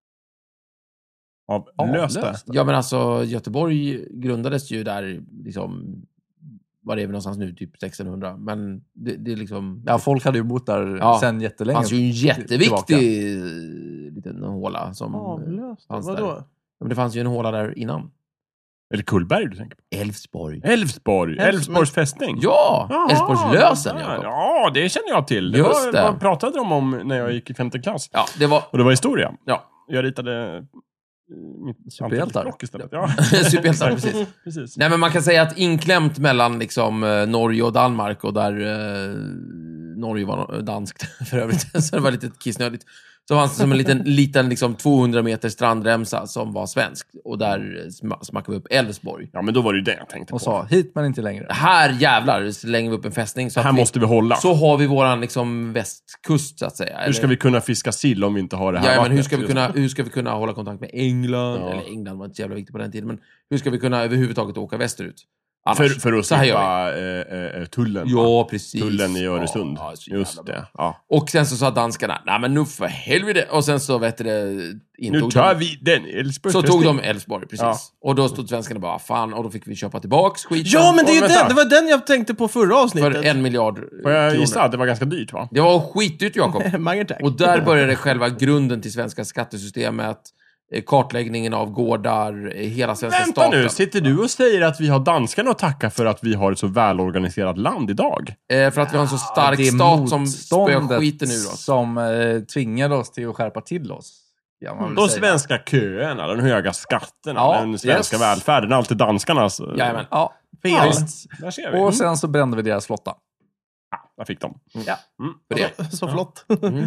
avlöste. Ja, men alltså Göteborg grundades ju där liksom, var är vi någonstans nu? Typ 1600. Men det är liksom... Ja, folk hade ju bott där Ja. sen Det jättelänge. fanns ju en jätteviktig tillbaka. liten håla som Avlöst? fanns Vadå? där. Ja, men det fanns ju en håla där innan. Är det Kullberg du tänker på? Älvsborg. Älvsborgs fästning. Ja! Älvsborgslösen, Jakob. Ja, det känner jag till. Just det. Vad pratade de om när jag gick i 5:e klass? Ja, det var... Och det var historia. Ja. Jag ritade mitt Superhjältar. anteckningsblock istället. Ja. Superhjältar, precis. Precis. Nej, men man kan säga att inklämt mellan liksom, Norge och Danmark, och där Norge var danskt för övrigt, så det var lite kissnödigt. Så fanns det som en liten liksom 200 meter strandremsa som var svensk. Och där smackade vi upp Älvsborg. Ja, men då var det ju det jag tänkte Och på. sa, hit men inte längre. Här jävlar slänger vi upp en fästning. Så Här att måste vi hålla. Så har vi våran liksom västkust, så att säga. Hur ska vi kunna fiska sill om vi inte har det här Ja, men vattnet? hur ska vi kunna hålla kontakt med England? Ja. Eller England var inte så jävla viktigt på den tiden. Men hur ska vi kunna överhuvudtaget åka västerut? För att slippa tullen. Ja, precis. Tullen i Öresund. Ja, just det. Ja. Och sen så sa danskarna, nej men nu för helvete. Och sen så vet det... Nu tar vi den Älvsborg. Så tog de Älvsborg, precis. Ja. Och då stod svenskarna bara, fan, och då fick vi köpa tillbaks skiten. Ja, men det är ju vänta. det var den jag tänkte på förra avsnittet. För 1 miljard Får jag kronor. gissa att det var ganska dyrt, va? Det var skitdyrt, Jakob. Mange tack. Och där började själva grunden till svenska skattesystemet, kartläggningen av gårdar, hela svenska Vänta staten. nu, sitter du och säger att vi har danskarna att tacka för att vi har ett så välorganiserat land idag? För att vi har en så stark Det är stat som spöar motståndet skiten ur oss. som tvingade oss till att skärpa till oss. Kan man väl De säga. svenska köerna, den höga skatterna, Ja, den svenska yes. välfärden, allt är danskarnas. Jajamän. Ja, Fel. ja. Där ser vi. Och sen så brände vi deras flotta. Där fick de. Ja. För det. Så flott. Mm.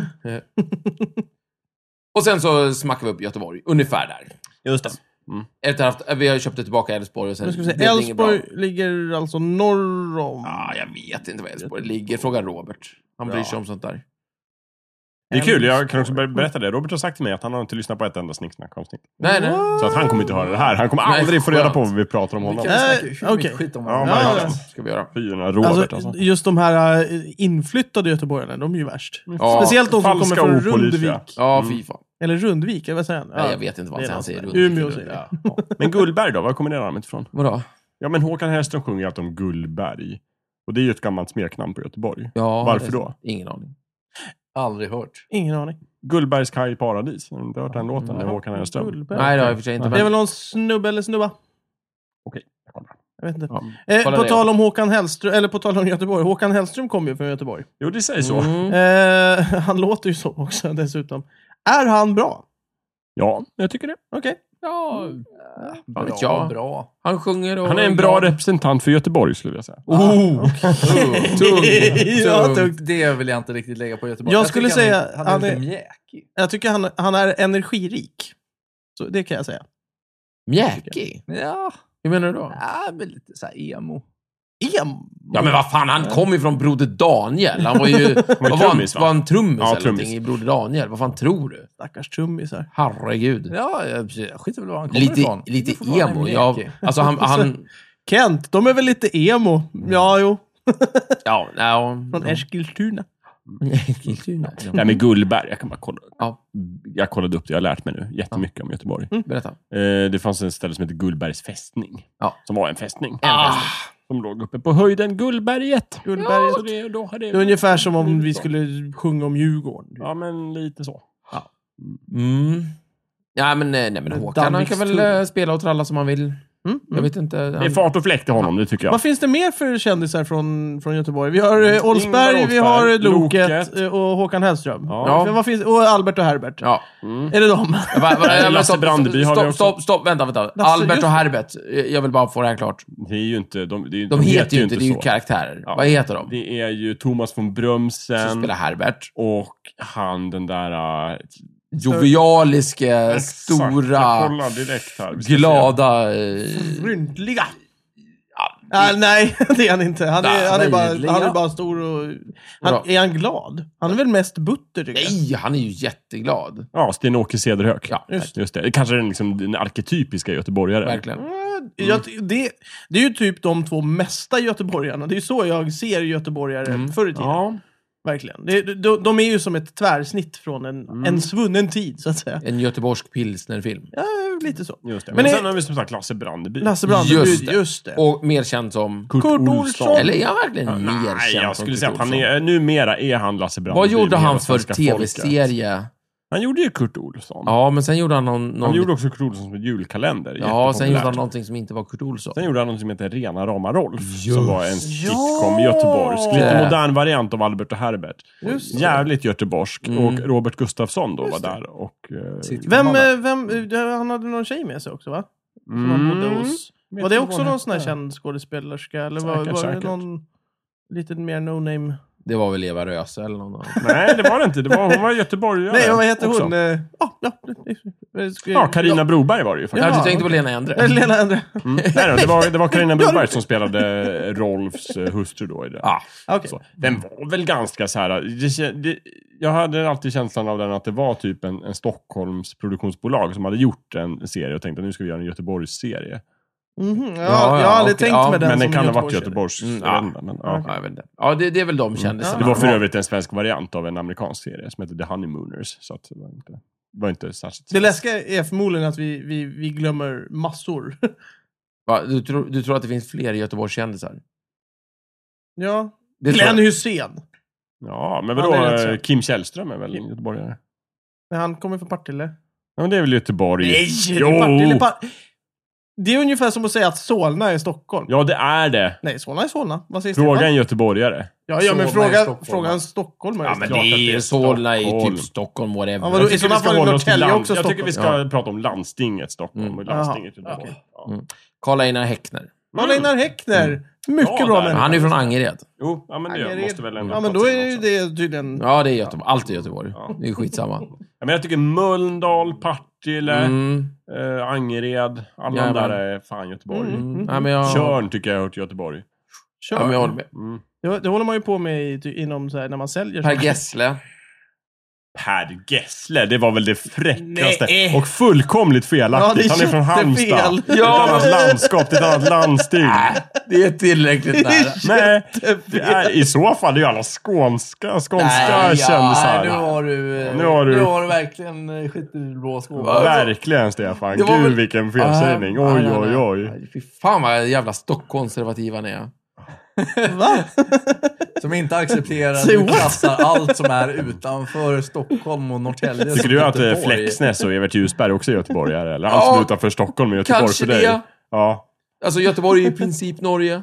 Och sen så smackade vi upp Göteborg, ungefär där. Just det. Efter att vi har köpt tillbaka Älvsborg och sen Nu ska vi blev se. det inget bra. Älvsborg ligger alltså norr om... Jag vet inte var Älvsborg ligger. Fråga Robert. Han bryr sig om sånt där. Det är kul, jag kan också berätta det. Robert har sagt till mig att han har inte lyssnat på ett enda snicksnack-avsnitt. Nej. Så att han kommer inte höra det här. Han kommer Nej, aldrig få reda skönt. på vad vi pratar om honom. Vi kan snacka hur mycket okej. skit om Ja, honom. verkligen. Ska vi göra. Fyra Robert alltså. Just de här inflyttade göteborgarna, de är ju värst. Ja, Speciellt de som kommer falska från och opålitliga. Rundvik. Ja, fy fan. Eller Rundvik, eller vad säger han? Nej, jag vet inte vad det är han något säger. sånt där. Umeå säger Ja. det. Men Gullberg då? Var kommer det namnet ifrån? Vadå? Ja, men Håkan Hellström sjunger alltid om Gullberg. Och det är ju ett gammalt smeknamn på Göteborg. Ja, Varför då? Ingen aning. Aldrig hört. Ingen aning. Gullbergs kaj paradis. Har du inte hört den låten med Håkan Hellström? Gullberg. Nej, det har jag i och för sig inte. Det är Men... väl någon snubbe eller snubba? Okej, jag kollar. Jag vet inte. Ja. Kolla På det. tal om Håkan Hellström, eller på tal om Göteborg. Håkan Hellström kommer ju från Göteborg. Jo, det säger så. Han låter ju så också dessutom. Är han bra? Ja, jag tycker det. Okej. Ja, Bra, vet jag. bra. han sjunger och... Han är en bra representant för Göteborg, skulle jag säga. Ja, tungt. Det vill jag inte riktigt lägga på Göteborg. Jag skulle tycker säga han han är är- lite mjäkig. Jag tycker han är energirik. Så det kan jag säga. Mjäkig? Ja, Hur menar du då? men lite så här emo. Ja, men vad fan, han kom ju från Broder Daniel. Han var ju... vad trummis, va? var han trummis Ja, eller trummis. någonting i Broder Daniel? Vad fan tror du? Stackars trummisar. Herregud. Ja, jag skiter väl var han kommer ifrån. Lite Det får vara emo. en Ja, mjäkig. alltså han Kent, de är väl lite emo? Ja, jo. ja, Från Eskilstuna. Nej, men Gullberg, jag kan bara kolla. Ja. Jag kollade upp det, jag har lärt mig nu jättemycket om Göteborg. Berätta. Det fanns en ställe som heter Gullbergs fästning. Ja. Som var en fästning. fästning. Som låg uppe på höjden Gullberget. Gullberget. Så det, då har Det är ungefär som om vi skulle sjunga om Djurgården. Ja, men lite så. Mm. Ja, men nej, men Håkan, han kan väl spela och tralla som han vill. Jag vet inte. Det är fart och fläkt i honom, det tycker jag. Vad finns det mer för kändisar från Göteborg? Vi har Olsberg, Ingvar vi har Oldsberg, Loket Loket. och Håkan Hellström. Ja. Vad finns, och Albert och Herbert. Ja. Är det dem? Lasse Brandeby har vi också. Stopp, vänta. Lasse, Albert just och det. Herbert. Jag vill bara få det här klart. Det är ju inte... De heter ju inte, det är ju så. karaktärer. Ja. Vad heter de? Det är ju Thomas von Som Brömsen spelar Herbert. och han den där... Jovialiska, Exakt, jag stora, kollar direkt här. Vi ska glada... Ryntliga. Nej, det är han inte. Han är bara stor och... Vadå? Är han glad? Han är väl mest butter, tycker jag. Nej, han är ju jätteglad. Ja, Sten-Åke Cederhök. Ja, Just det. Kanske den arketypiska göteborgare. verkligen. Det är ju typ de två mesta göteborgarna. Det är ju så jag ser göteborgare förr i tiden. Ja. Verkligen. De är ju som ett tvärsnitt från en svunnen tid, så att säga. En göteborgsk pilsnerfilm. Ja, lite så. Just det. Men Men är- sen har vi som sagt Lasse Brandeby. Lasse Brandeby, just det. Och mer känd som... Kurt Olsson. Eller är han verkligen mer Nej, känd jag som skulle Kurt säga att han Olsson? är... Numera är han Lasse Brandeby. Vad gjorde med han hela för svenska folket. tv-serie? Han gjorde ju Kurt Olsson. Ja, men sen gjorde han någon... Han gjorde också Kurt Olsson som ett julkalender. Ja, sen gjorde Jättepopulärt. han någonting som inte var Kurt Olsson. Sen gjorde han något som heter Rena Rama Rolf. Just. Som var en sitcom i Göteborg. Lite modern variant av Albert och Herbert. Just det. Jävligt göteborgsk. Och Robert Gustafsson då var där. Och, Vem, han hade någon tjej med sig också, va? Som han bodde hos. Var det också någon sån här känd skådespelerska? Eller var det Säkert. någon lite mer no-name? Det var väl Eva Röse eller någon annan. Nej, det var det inte. Hon var göteborgare. Nej, vad heter också. hon? Ja, Carina Broberg var det ju faktiskt. Ja, Ja, du tänkte på okej. Lena Endre. Lena Endre. Nej, det var Carina Broberg som spelade Rolfs hustru då i det. Ja. Okej. Så, den var väl ganska så här. Jag hade alltid känslan av den att det var typ en Stockholms produktionsbolag som hade gjort en serie och tänkte att nu ska vi göra en Göteborgs serie. Jag har aldrig tänkt med den. Men den som kan ha varit Göteborgs. Göteborgs. Jag vet inte. Ja, det är väl de kändisarna. Det var för övrigt en svensk variant av en amerikansk serie som heter The Honeymooners. Så att det var inte särskilt. Det läskiga är förmodligen att vi glömmer massor. Va, du tror att det finns fler Göteborgskändisar? Ja. Det Glenn Hussein. Ja, men Han är rätt vadå? så. Kim Källström är väl göteborgare? Nej, han kommer från Partille. Ja, men det är väl Göteborg? Nej, Jo! det är Partille. Det är ungefär som att säga att Solna är Stockholm. Ja, det är det. Nej, Solna är Solna. Vad säger Fråga Stefan? en göteborgare. Ja, men Solna är fråga en stockholmare. Ja, men klart att det det är är Solna i Stockholm. typ Stockholm, whatever. Ja, vadå, i sådana fall är Norrtälje också Jag tycker vi ska Stockholm. prata om landstinget Stockholm och landstinget Göteborg. Ja. Karl-Einar Häckner. Karl-Einar Häckner. Mycket Ja, bra där. människa. Han är från Angered. Jo, ja, men det Angered. måste väl ändå Ja, men plats då in är också. det tydligen... Ja, det är Göteborg. Allt är Göteborg. Det är skitsamma. Ja, men jag tycker Mölndal, Partille, Mm. Angered, alla de Jajamän. där är fan Göteborg. Ja, men jag... Tjörn tycker jag har hört Göteborg. Kör. Ja, men jag håller med. Det håller man ju på med inom så här, när man säljer. Per Gessle. Per Gessle, det var väl det fräckaste. Nej. Och fullkomligt felaktigt. Ja, det är Han är från Halmstad. jättefel. Det är ett annat landskap, det är ett annat landsting. Det är tillräckligt nära. Nej, det är, i så fall är ju alla skånska Nej, kändisar. Nu har du verkligen skitit i blå skor. Verkligen, Stefan. Det var Gud, väl- vilken felsägning. Oj. Fy fan vad jävla stockkonservativa ni är. Va? Som inte accepterar att Say du what? klassar allt som är utanför Stockholm och Norrtälje Tycker som du att Göteborg. Flexnäs och Evert Ljusberg också är göteborgare? Eller allt som är utanför Stockholm är Göteborg Kanske för dig? det. Ja, Alltså Göteborg är i princip Norge.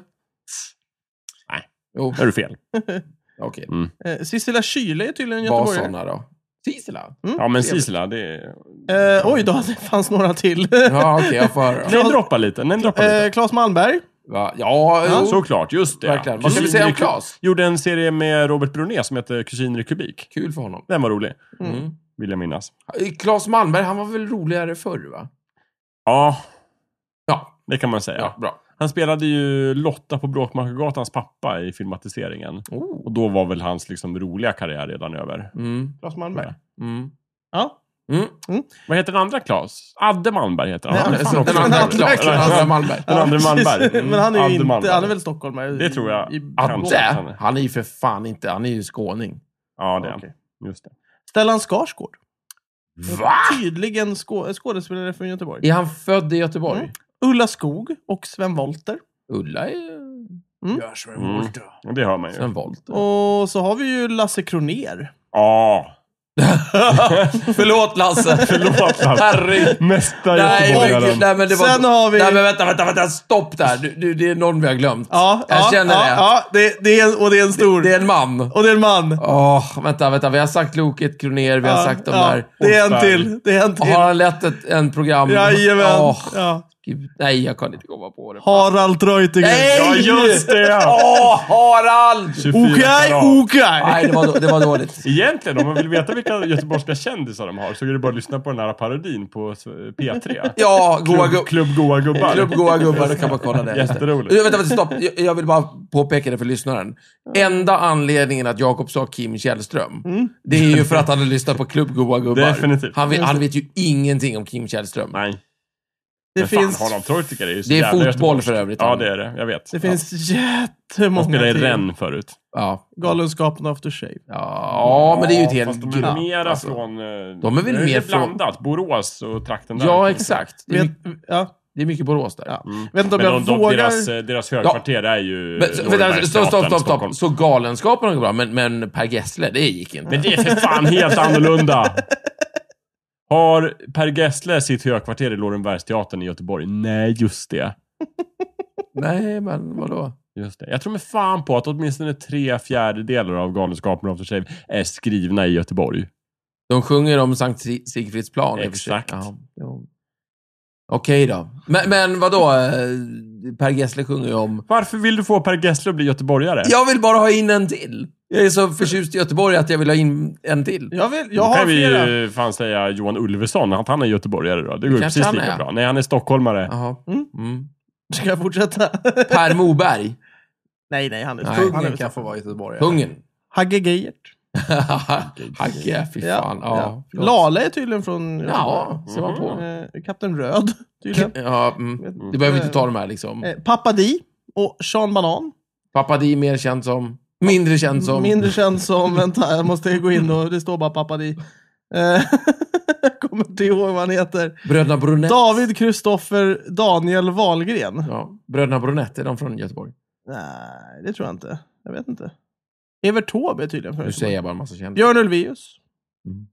Nej. Jo, där är du fel. okej. Sissela Kyle är tydligen Vad göteborgare. sådana då? Sisela? Ja, men Sisela, det är... Oj då, det fanns några till. Ja, okej, jag får höra. Nej, droppa lite. Claes Malmberg. Va? Ja, jo. Såklart, just det. Verkligen. Vad ska vi säga om Claes? Gjorde en serie med Robert Bruné som heter Kusiner i kubik. Kul för honom. Den var rolig, Mm. vill jag minnas. Claes Malmberg, han var väl roligare förr, va? Ja, Ja, det kan man säga. ja bra. Han spelade ju Lotta på Bråkmakargatans pappa i filmatiseringen. Oh. Och då var väl hans liksom roliga karriär redan över. Claes Malmberg. Mm. Ja. Vad heter den andra Claes? Adde Malmberg heter han. Nej, Han är men fan Den också andra rolig. Claes, den andra Malmberg. Den andra Malmberg. Men han är ju Adde inte, Malmberg. han är väl stockholmare? Det tror jag. Adde? Kanske. Han är ju för fan inte, han är ju skåning. Ja, det är han. Okej. Just det. Stellan Skarsgård. Va? Tydligen skådespelare från Göteborg. Är han född i Göteborg? Mm. Ulla Skog och Sven Wollter. Ulla är Och det hör man ju. Sven Wollter. Och så har vi ju Lasse Kronér. Ja. Förlåt Lasse. Förlåt Lasse. Herregud. Mesta Nej, göteborgaren. nej, men det var... Sen har vi... Nej, men vänta, stopp där. Det är någon vi har glömt. Ja, Jag känner det. Ja, det är en stor... Det är en man. Och det är en man. Vänta. Vi har sagt Loket, Kronér, vi har sagt de där. Det är en till. Det är en till. Har han lett en program? Jajamän. Ja. Gud, nej, jag kan inte komma på det. Harald Treutiger. Nej! Ja, just det. Harald! 24 Okej. Nej, det var dåligt. Egentligen, om man vill veta vilka göteborgska kändisar de har så är det bara att lyssna på den här parodin på P3. Ja, Klubb Goa Gubbar. Klubb Goa Gubbar, då kan man kolla det. Jätteroligt. Vänta, stopp. Jag vill bara påpeka det för lyssnaren. Enda anledningen att Jakob sa Kim Källström, det är ju för att han har lyssnat på Klubb Goa Gubbar. Definitivt. Han vet ju ingenting om Kim Källström. Nej. Det Men fan, finns... Harald Treutiger är ju så Det är jävla fotboll göteborgskt. för övrigt. Ja, det är det. Jag vet. Det finns Han jättemånga spelade i till. Rennes förut. Ja. Galenskapen After Shave. Ja, men det är ju ett helt Fast de är mera från... De är väl mer från... blandat. Borås och trakten där. Ja, exakt. Det är, Ja. Det är mycket Borås där. Ja. Vet inte om Men jag vågar... deras högkvarter är ju... Men, stopp. Stockholm. Så Galenskapen går bra, men Per Gessle, det gick inte. Men det är för fan helt annorlunda. Har Per Gessle sitt högkvarter i Lorenbergsteatern i Göteborg? Nej, just det. Nej, men vadå? Just det. Jag tror med fan på att åtminstone 3/4 av Galenskapen After Shave är skrivna i Göteborg. De sjunger om Sankt Sigfridsplan. Exakt. Ja, jo. Okej då. Men vadå? Per Gessle sjunger ju om... Varför vill du få Per Gessle att bli göteborgare? Jag vill bara ha in en till. Jag är så förtjust i Göteborg att jag vill ha in en till. Jag Då har kan vi flera. ju fan säga Johan Ulveson, att han är göteborgare då. Det går ju Kanske precis han lika är. bra. Nej, han är stockholmare. Jaha. Ska jag fortsätta? Per Moberg. Nej, han är Nej. han är Kungen väl kan få vara göteborgare. Kungen. Hagge Geijert. Hagge, fy fan. Ja. Lale är tydligen från... Ja, ser man på. Kapten Röd, tydligen. Ja, det behöver vi inte ta de här liksom. Pappa Di och Sean Banan. Pappa Di mer känd som... Mindre känd som... Mindre känd som... Vänta, jag måste gå in och... Det står bara Pappa Di. Kommer inte ihåg vad han heter. Bröderna Brunett. David Kristoffer Daniel Wahlgren. Ja, Bröderna Brunett, är de från Göteborg? Nej, det tror jag inte. Jag vet inte. Evert Taube är tydligen för. Nu säger jag bara en massa kändisar. Björn Ulvaeus. Mm.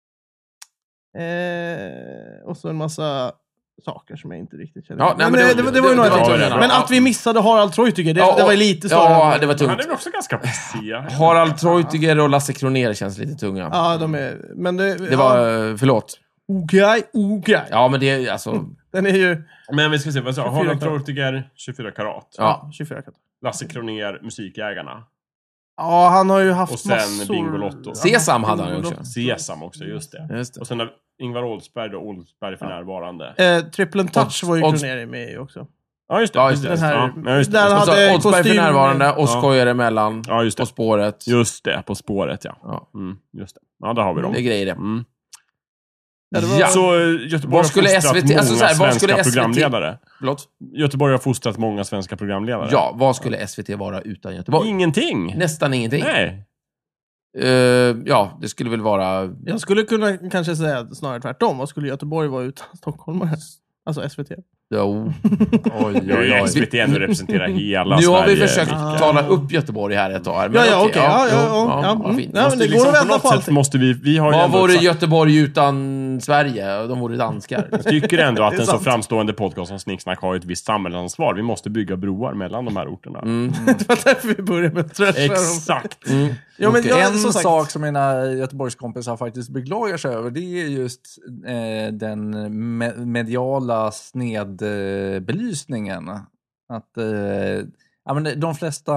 Och så en massa saker som jag inte riktigt känner. Ja, nej, men det var ju några var till. det. Men att vi missade Harald Treutiger, det var lite så. Ja, det var tungt. Han är väl också ganska passé. Harald Treutiger och Lasse Kronér känns lite tunga. Ja, de är... Men det var... Förlåt. Okej. Ja, men det är alltså... Den är ju... Men vi ska se, vad sa Harald Treutiger, 24 karat. Ja, 24 karat. Lasse Kronér, Musikjägarna. Ja, han har ju haft Och sen massor... Bingolotto. Sesam hade han ju också. Sesam också, just det. Och sen har Ingvar Oldsberg och Oldsberg för närvarande. Triple Touch var ju Kronér med i också. Ja, just det. Ja, just det. Den här... Ja, just det. Där hade Oldsberg för närvarande och Skojar emellan. Ja, just det. På spåret. Just det, På spåret, ja. Ja. Just det. Ja, där har vi dem. Det är grejer det. Ja, så Göteborg vad skulle har fostrat SVT, många alltså så här, vad skulle svenska SVT programledare. Förlåt? Göteborg har fostrat många svenska programledare. Ja, vad skulle SVT vara utan Göteborg? Ingenting. Nästan ingenting. Nej. Ja, det skulle väl vara... Jag skulle kunna kanske säga snarare tvärtom. Vad skulle Göteborg vara utan stockholmare? Alltså SVT. Jo. Oj. SVT ändå representerar hela nu Sverige. har vi försökt tala upp Göteborg här ett tag. Men okej. Fint. Ja, men det går att vända på allt. Måste vi har ju vad ändå vore Göteborg utan Sverige? De vore danskar. Jag tycker ändå att en så sant. framstående podcast som Snicksnack har ett visst samhällsansvar. Vi måste bygga broar mellan de här orterna. Det var därför vi började med tröstar. Exakt. Ja, men En sak som mina Göteborgskompisar faktiskt beklagar sig över, det är just den mediala snedbelysningen. Att men de flesta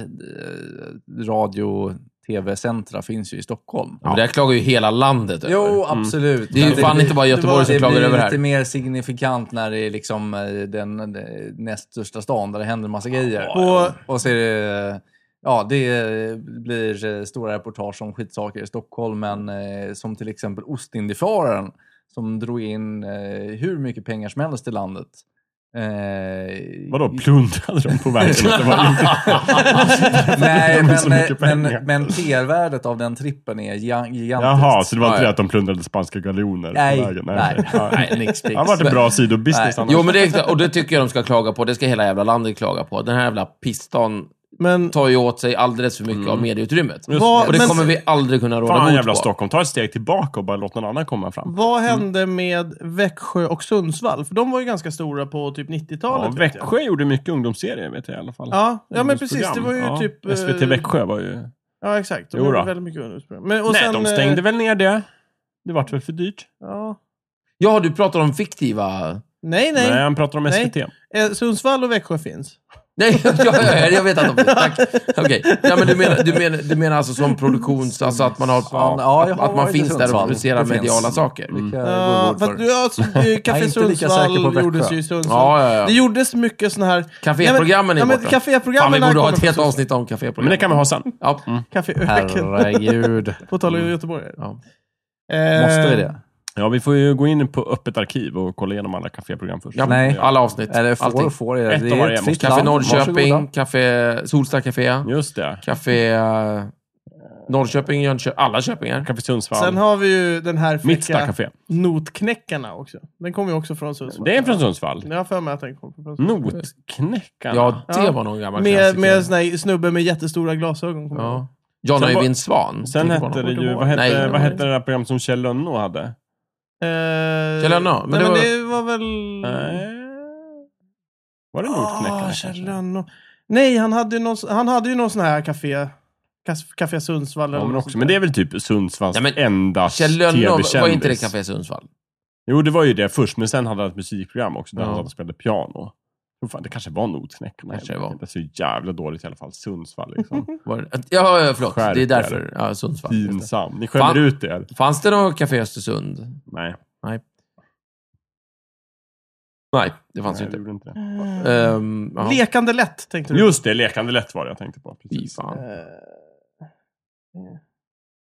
radio- tv-centra finns ju i Stockholm. Ja, men där klagar ju hela landet över. Jo, absolut. Det är ju fan inte bara Göteborg som klagar över det här. Det blir här. lite mer signifikant när det är liksom den näst största stan där det händer en massa grejer. Och så är det... Ja, det blir stora reportage om skitsaker i Stockholm, men som till exempel Ostindiefararen som drog in hur mycket pengar som helst i landet. Vadå, plundrade de på vägen? Nej, men PR-värdet av den trippen är gigantiskt. Jaha, så det var inte det att de plundrade spanska galjoner på vägen? Nej, det har varit en bra sidobusiness annars. Jo, men det tycker jag de ska klaga på. Det ska hela jävla landet klaga på. Den här jävla piston tar ju åt sig alldeles för mycket av medieutrymmet. Och det kommer vi aldrig kunna råda bot jävla på. Stockholm, ta ett steg tillbaka och bara låt någon annan komma fram. Vad hände med Växjö och Sundsvall? För de var ju ganska stora på typ 90-talet. Ja, Växjö gjorde mycket ungdomsserier, vet jag i alla fall. Ja men precis. Det var ju typ... SVT Växjö var ju... Ja, exakt. De gjorde väldigt mycket ungdomsprogram. Nej, de stängde väl ner det. Det var väl för dyrt. Ja, du pratar om fiktiva... Nej, han pratar om SVT. Sundsvall och Växjö finns. Nej, jag vet att de finns. Tack. Okej. Ja, men du menar alltså som produktions... Alltså att man har... att man finns där och producerar mediala saker. Café Sundsvall gjordes ju i Sundsvall. Ja. Det gjordes mycket sån här... Caféprogrammen är borta. Caféprogrammen... Fan, vi borde ha ett helt avsnitt om caféprogram. Men det kan vi ha sen. Ja. Herregud. På tal om Göteborg. Måste vi det? Ja, vi får ju gå in på öppet arkiv och kolla igenom alla caféprogram först. Ja, nej, alla avsnitt. Eller får det. Ett av varje måste. Café Norrköping, Café Solsta Café. Just det. Café Norrköping, Jönköping, alla köpingar. Café Sundsvall. Sen har vi ju den här Mittsta Café. Notknäckarna också. Den kommer ju också från Sundsvall. Det är från Sundsvall. Jag har för mig att den kommer från Sundsvall. Notknäckarna. Ja, det var någon gammal klassiker. Med sån här snubbe med jättestora glasögon. Ja. John Öjvind Svan. Sen hette det ju... Vad hette det där program som Kjell Lönnå hade? Kjell Lönnå? Men det var väl... Var det Notknäckarna? Kjell Lönnå. Nej, han hade ju någon sån här Café Sundsvall. Ja, men det är väl typ Sundsvalls enda Kjell Lönnå, TV-kändis. var inte det Café Sundsvall? Jo, det var ju det först. Men sen hade han ett musikprogram också där han spelade piano. Det kanske var Notknäckarna. Det är så jävla dåligt i alla fall. Sundsvall liksom. Ja, förlåt. Det är därför. Ja, Sundsvall. Pinsam. Ni skämmer ut er. Fanns det någon Café Östersund? Nej, det fanns ju inte. Det gjorde inte det. Lekande lätt, tänkte du. Just det, Lekande lätt var det jag tänkte på. Precis.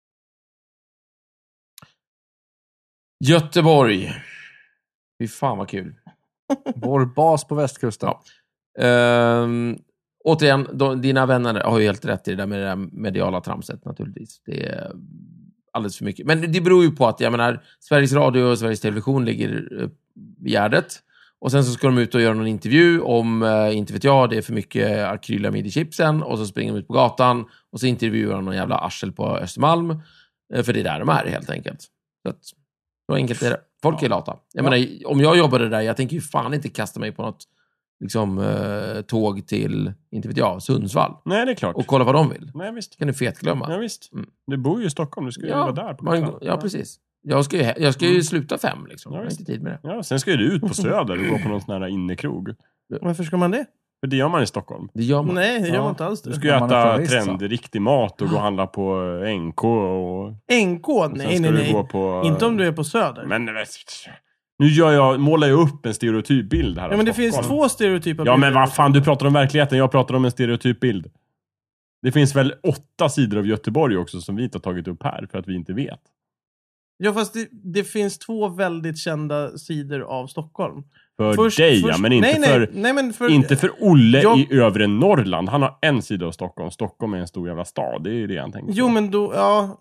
Göteborg. Fy fan vad kul. Vår bas på västkusten. Ja. Återigen, dina vänner har ju helt rätt i det där med det där mediala tramset naturligtvis. Det är alldeles för mycket. Men det beror ju på att, jag menar, Sveriges Radio och Sveriges Television ligger vid Gärdet. Och sen så ska de ut och göra någon intervju om, inte vet jag, det är för mycket akrylamid i chipsen. Och så springer de ut på gatan och så intervjuar de någon jävla arsel på Östermalm. För det är där de är helt enkelt. Så att, så enkelt är det. Folk är lata. Jag menar, om jag jobbade där, jag tänker ju fan inte kasta mig på något liksom, tåg till, inte vet jag, Sundsvall. Nej, det är klart. Och kolla vad de vill. Nej, visst. Kan du fetglömma. Ja, visst. Du bor ju i Stockholm, du ska ju vara där på ja, precis. Jag ska ju sluta 5 liksom. Jag har inte tid med det. Ja, sen ska ju du ut på Söder och gå på någon sån här innekrog. Varför ska man det? För det gör man i Stockholm. Det gör man. Nej, det gör man inte alls. Du ska ju äta trendriktig mat och gå och handla på NK och... NK? Nej. Gå på... Inte om du är på Söder. Men nu målar jag upp en stereotyp bild här. Ja, men det finns 2 stereotyper. Ja, men vad fan, du pratar om verkligheten. Jag pratar om en stereotyp bild. Det finns väl 8 sidor av Göteborg också som vi inte har tagit upp här för att vi inte vet. Ja, fast det finns 2 väldigt kända sidor av Stockholm. För dig, ja, men inte för Olle i övre Norrland. Han har en sida av Stockholm. Stockholm är en stor jävla stad. Det är ju det han tänker. Jo, men då, ja...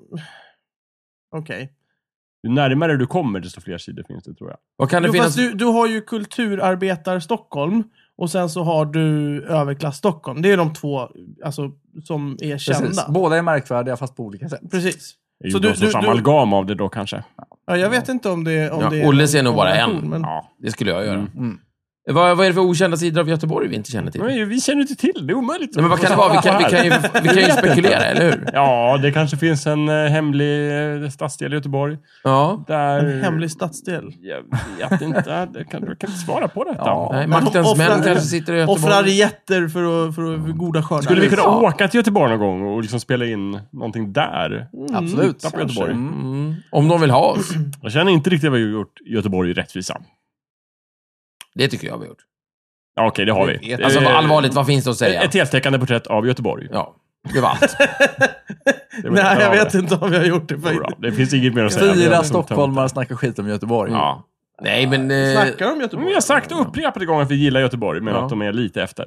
Okej. Ju närmare du kommer, desto fler sidor finns det, tror jag. Vad kan det finnas? Fast du har ju kulturarbetar Stockholm och sen så har du överklass Stockholm. Det är de 2 alltså, som är kända. Precis. Båda är märkvärdiga fast på olika sätt. Precis. Det är ju någon sorts amalgam av det då kanske. Ja, jag vet inte om det är... Olle ser nog bara en. Men... Ja, det skulle jag göra. Vad är det för okända sidor av Göteborg vi inte känner till? Men vi känner inte till, det är omöjligt. Nej, men vad kan det vara? Vi kan ju spekulera, eller hur? Ja, det kanske finns en hemlig stadsdel i Göteborg. Ja. En hemlig stadsdel? Jag vet inte, du kan inte svara på detta. Ja. Nej, maktens män kanske sitter i Göteborg. Offrar jätter för goda skördar. Skulle vi kunna åka till Göteborg någon gång och liksom spela in någonting där? Absolut. På Göteborg. Om de vill ha oss. Jag känner inte riktigt vad vi har gjort Göteborg rättvisa. Det tycker jag vi har gjort. Ja, okej, det har vi. Alltså allvarligt, vad finns det att säga? Ett heltäckande porträtt av Göteborg. Ja, det var allt. Nej, jag vet inte om vi har gjort det. Det finns inget mer att säga. 4 stockholmare snackar skit om Göteborg. Ja. Nej, men... Snackar om Göteborg? Vi har sagt upprepade gånger att vi gillar Göteborg, men att de är lite efter.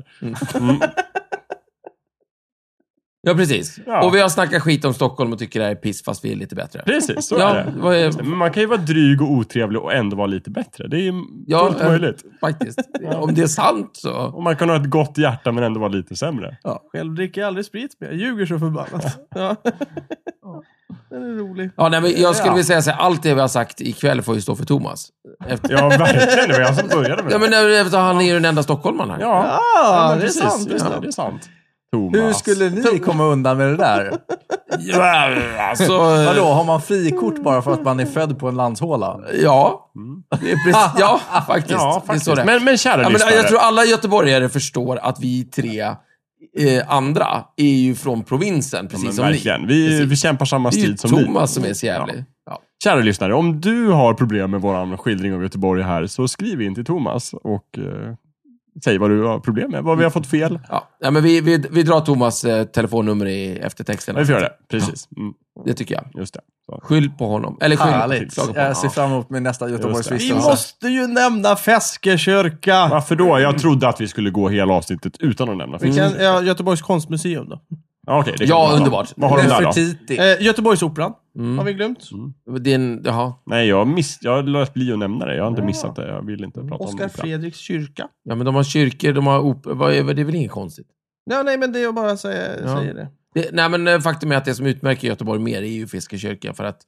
Ja, precis. Ja. Och vi har snackat skit om Stockholm och tycker det är piss fast vi är lite bättre. Precis, så är det. Men man kan ju vara dryg och otrevlig och ändå vara lite bättre. Det är ju fullt möjligt. Faktiskt. Om det är sant så... Och man kan ha ett gott hjärta men ändå vara lite sämre. Ja. Själv dricker jag aldrig sprit mer. Jag ljuger så förbannat. Ja. Den är rolig. Ja, nej, men jag skulle vilja säga så här, allt det vi har sagt ikväll får ju stå för Thomas. Ja, verkligen. Det var jag som började med det. Ja, men han är ju den enda stockholmaren här. Ja, det är sant. Det är sant. Thomas. Hur skulle ni komma undan med det där? Alltså, vadå, har man frikort bara för att man är född på en landshåla? Ja, det är precis, ja, faktiskt. Ja, faktiskt. Det är så det. Men kära lyssnare. Jag tror alla göteborgare förstår att vi 3 andra är ju från provinsen, precis som verkligen. ni. Vi kämpar samma strid som ni. Det är ju Thomas som är så jävlig. Ja. Kära lyssnare, om du har problem med våran skildring av Göteborg här, så skriv in till Thomas och... säg vad du har problem med, vad vi har fått fel. Ja, men vi drar Thomas telefonnummer i eftertexten. Vi får göra det, precis. Det tycker jag. Just det. Så. Skyll på honom. Eller skyll på honom. Jag ser fram emot min nästa Göteborgsvistelse. Vi måste ju nämna Fäske kyrka. Varför då? Jag trodde att vi skulle gå hela avsnittet utan att nämna Fäske. Göteborgs konstmuseum då. Okay, underbart. Vad har de där då? Göteborgsoperan. Har vi glömt? Det är en, jaha. Nej, jag har låtit bli att nämna det. Jag har inte missat det. Jag vill inte prata om det. Oskar Fredriks kyrka. Ja, men de har kyrkor, de har det är väl inget konstigt. Ja, nej, men det är jag bara säger det. Nej, men faktum är att det som utmärker Göteborg mer är ju Fiskekyrkan, för att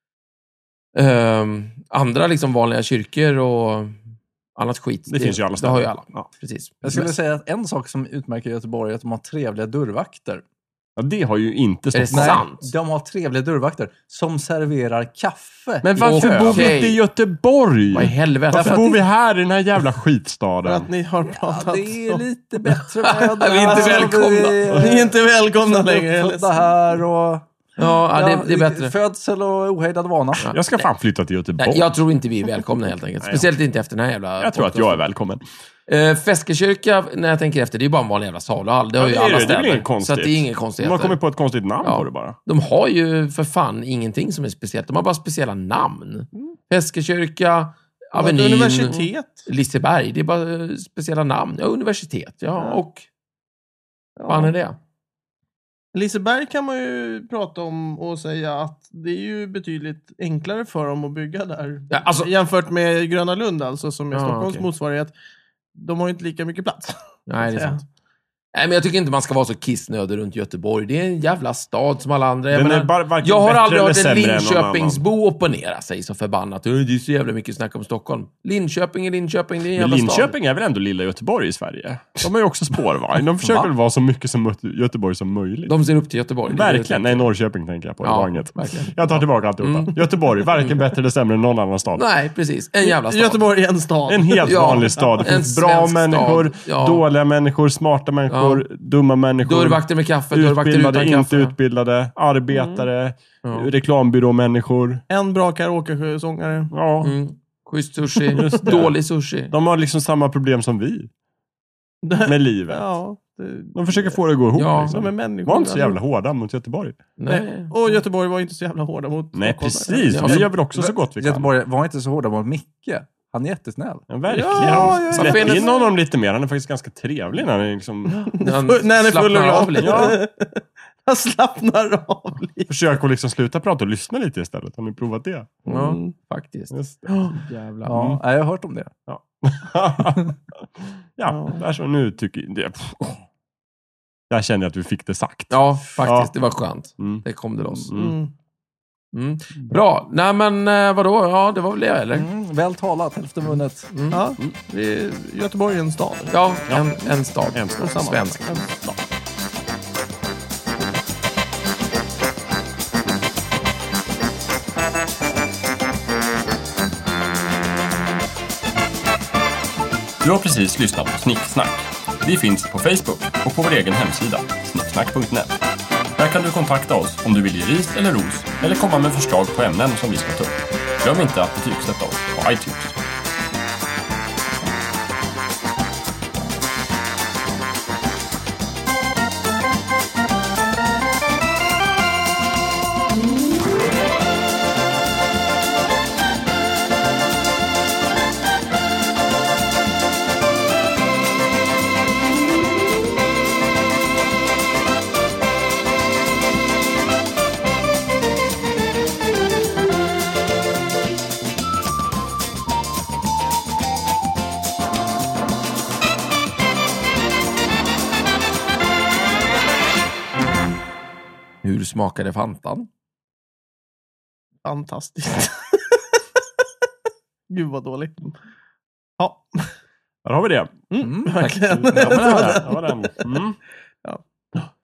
andra liksom vanliga kyrkor och annat skit. Det finns ju alla städer. Det har ju alla. Ja, precis. Jag skulle säga att en sak som utmärker Göteborg är att de har trevliga dörrvakter. Ja, det har ju inte stått. Är det sant? De har trevliga dörrvakter som serverar kaffe. Men varför bor vi inte i Göteborg? Vad i helvete? Varför bor vi här i den här jävla skitstaden? För att ni har pratat det är lite bättre med vi är inte välkomna. Ni är inte välkomna längre. Det här och... Ja, det är bättre. Födsel och ohejdad vana. Ja. Jag ska fan flytta till Göteborg. Nej, jag tror inte vi är välkomna helt enkelt. Speciellt inte efter den här jävla... Jag tror att jag är välkommen. Feskekyrka, när jag tänker efter, det är bara en vanlig jävla saluhall. Det har ju alla städer. Det är inget konstigt. Så att det är inget konstigt. De har kommit på ett konstigt namn på det bara. De har ju för fan ingenting som är speciellt. De har bara speciella namn. Hästkyrka, Avenyn. Universitet. Liseberg, det är bara speciella namn. Ja, universitet, och vad är det? Liseberg kan man ju prata om och säga att det är ju betydligt enklare för dem att bygga där. Ja, alltså, jämfört med Gröna Lund alltså, som är Stockholms motsvarighet. De har ju inte lika mycket plats. Nej, det är sant. Nej, men jag tycker inte man ska vara så kissnödig runt Göteborg. Det är en jävla stad som alla andra. Jag har aldrig hört en Linköpingsbo opponera sig så förbannat. Det är så jävla mycket snack om Stockholm. Linköping är Linköping, det är en jävla stad. Linköping är väl ändå lilla Göteborg i Sverige? De har ju också spårvagn. De försöker väl vara så mycket som Göteborg som möjligt. De ser upp till Göteborg. Verkligen. Nej, Norrköping tänker jag på. Ja, verkligen. Jag tar tillbaka alltihopa. Göteborg, varken bättre eller sämre än någon annan stad. Nej, precis. En jävla stad. Göteborg är en stad. En helt vanlig stad. Det finns bra människor, dåliga människor, smarta människor, dumma människor. Dörrvakter med kaffe, dörrvakter utan kaffe. Inte utbildade, arbetare, reklambyråmänniskor. En bra karaoke-sångare. Ja. Schysst sushi, dålig sushi. De har liksom samma problem som vi. Med livet. De försöker få det att gå ihop. Ja, liksom. De är människor. Var inte så jävla hårda mot Göteborg. Nej. Och Göteborg var inte så jävla hårda mot... Nej, precis. Vi gör väl också så gott vi kan. Göteborg var inte så hårda mot Micke. Han är jättesnäll. Ja, verkligen. Släpp in honom lite mer. Han är faktiskt ganska trevlig när han är liksom... när han är full av lite. Ja. Han slappnar av lite. Försök att liksom sluta prata och lyssna lite istället. Har ni provat det? Ja, faktiskt. Jävlar. Ja, jag har hört om det. Ja, där så nu tycker jag... Jag känner att vi fick det sagt. Ja, faktiskt. Det var skönt. Det kom det loss. Bra. Nej, men vadå? Ja, det var väl det, eller? Väl talat, hälften vunnet. Ja, det är Göteborg är en stad. Ja, en stad. En stad. Svensk. En stad. Du har precis lyssnat på Snicksnack. Vi finns på Facebook och på vår egen hemsida, snicksnack.net. Där kan du kontakta oss om du vill ge ris eller ros eller komma med förslag på ämnen som vi ska ta upp. Glöm inte att betygsätta oss på iTunes. Hur smakade Fantan? Fantastiskt. Gud vad dåligt. Ja. Där har vi det. Verkligen. Det var den.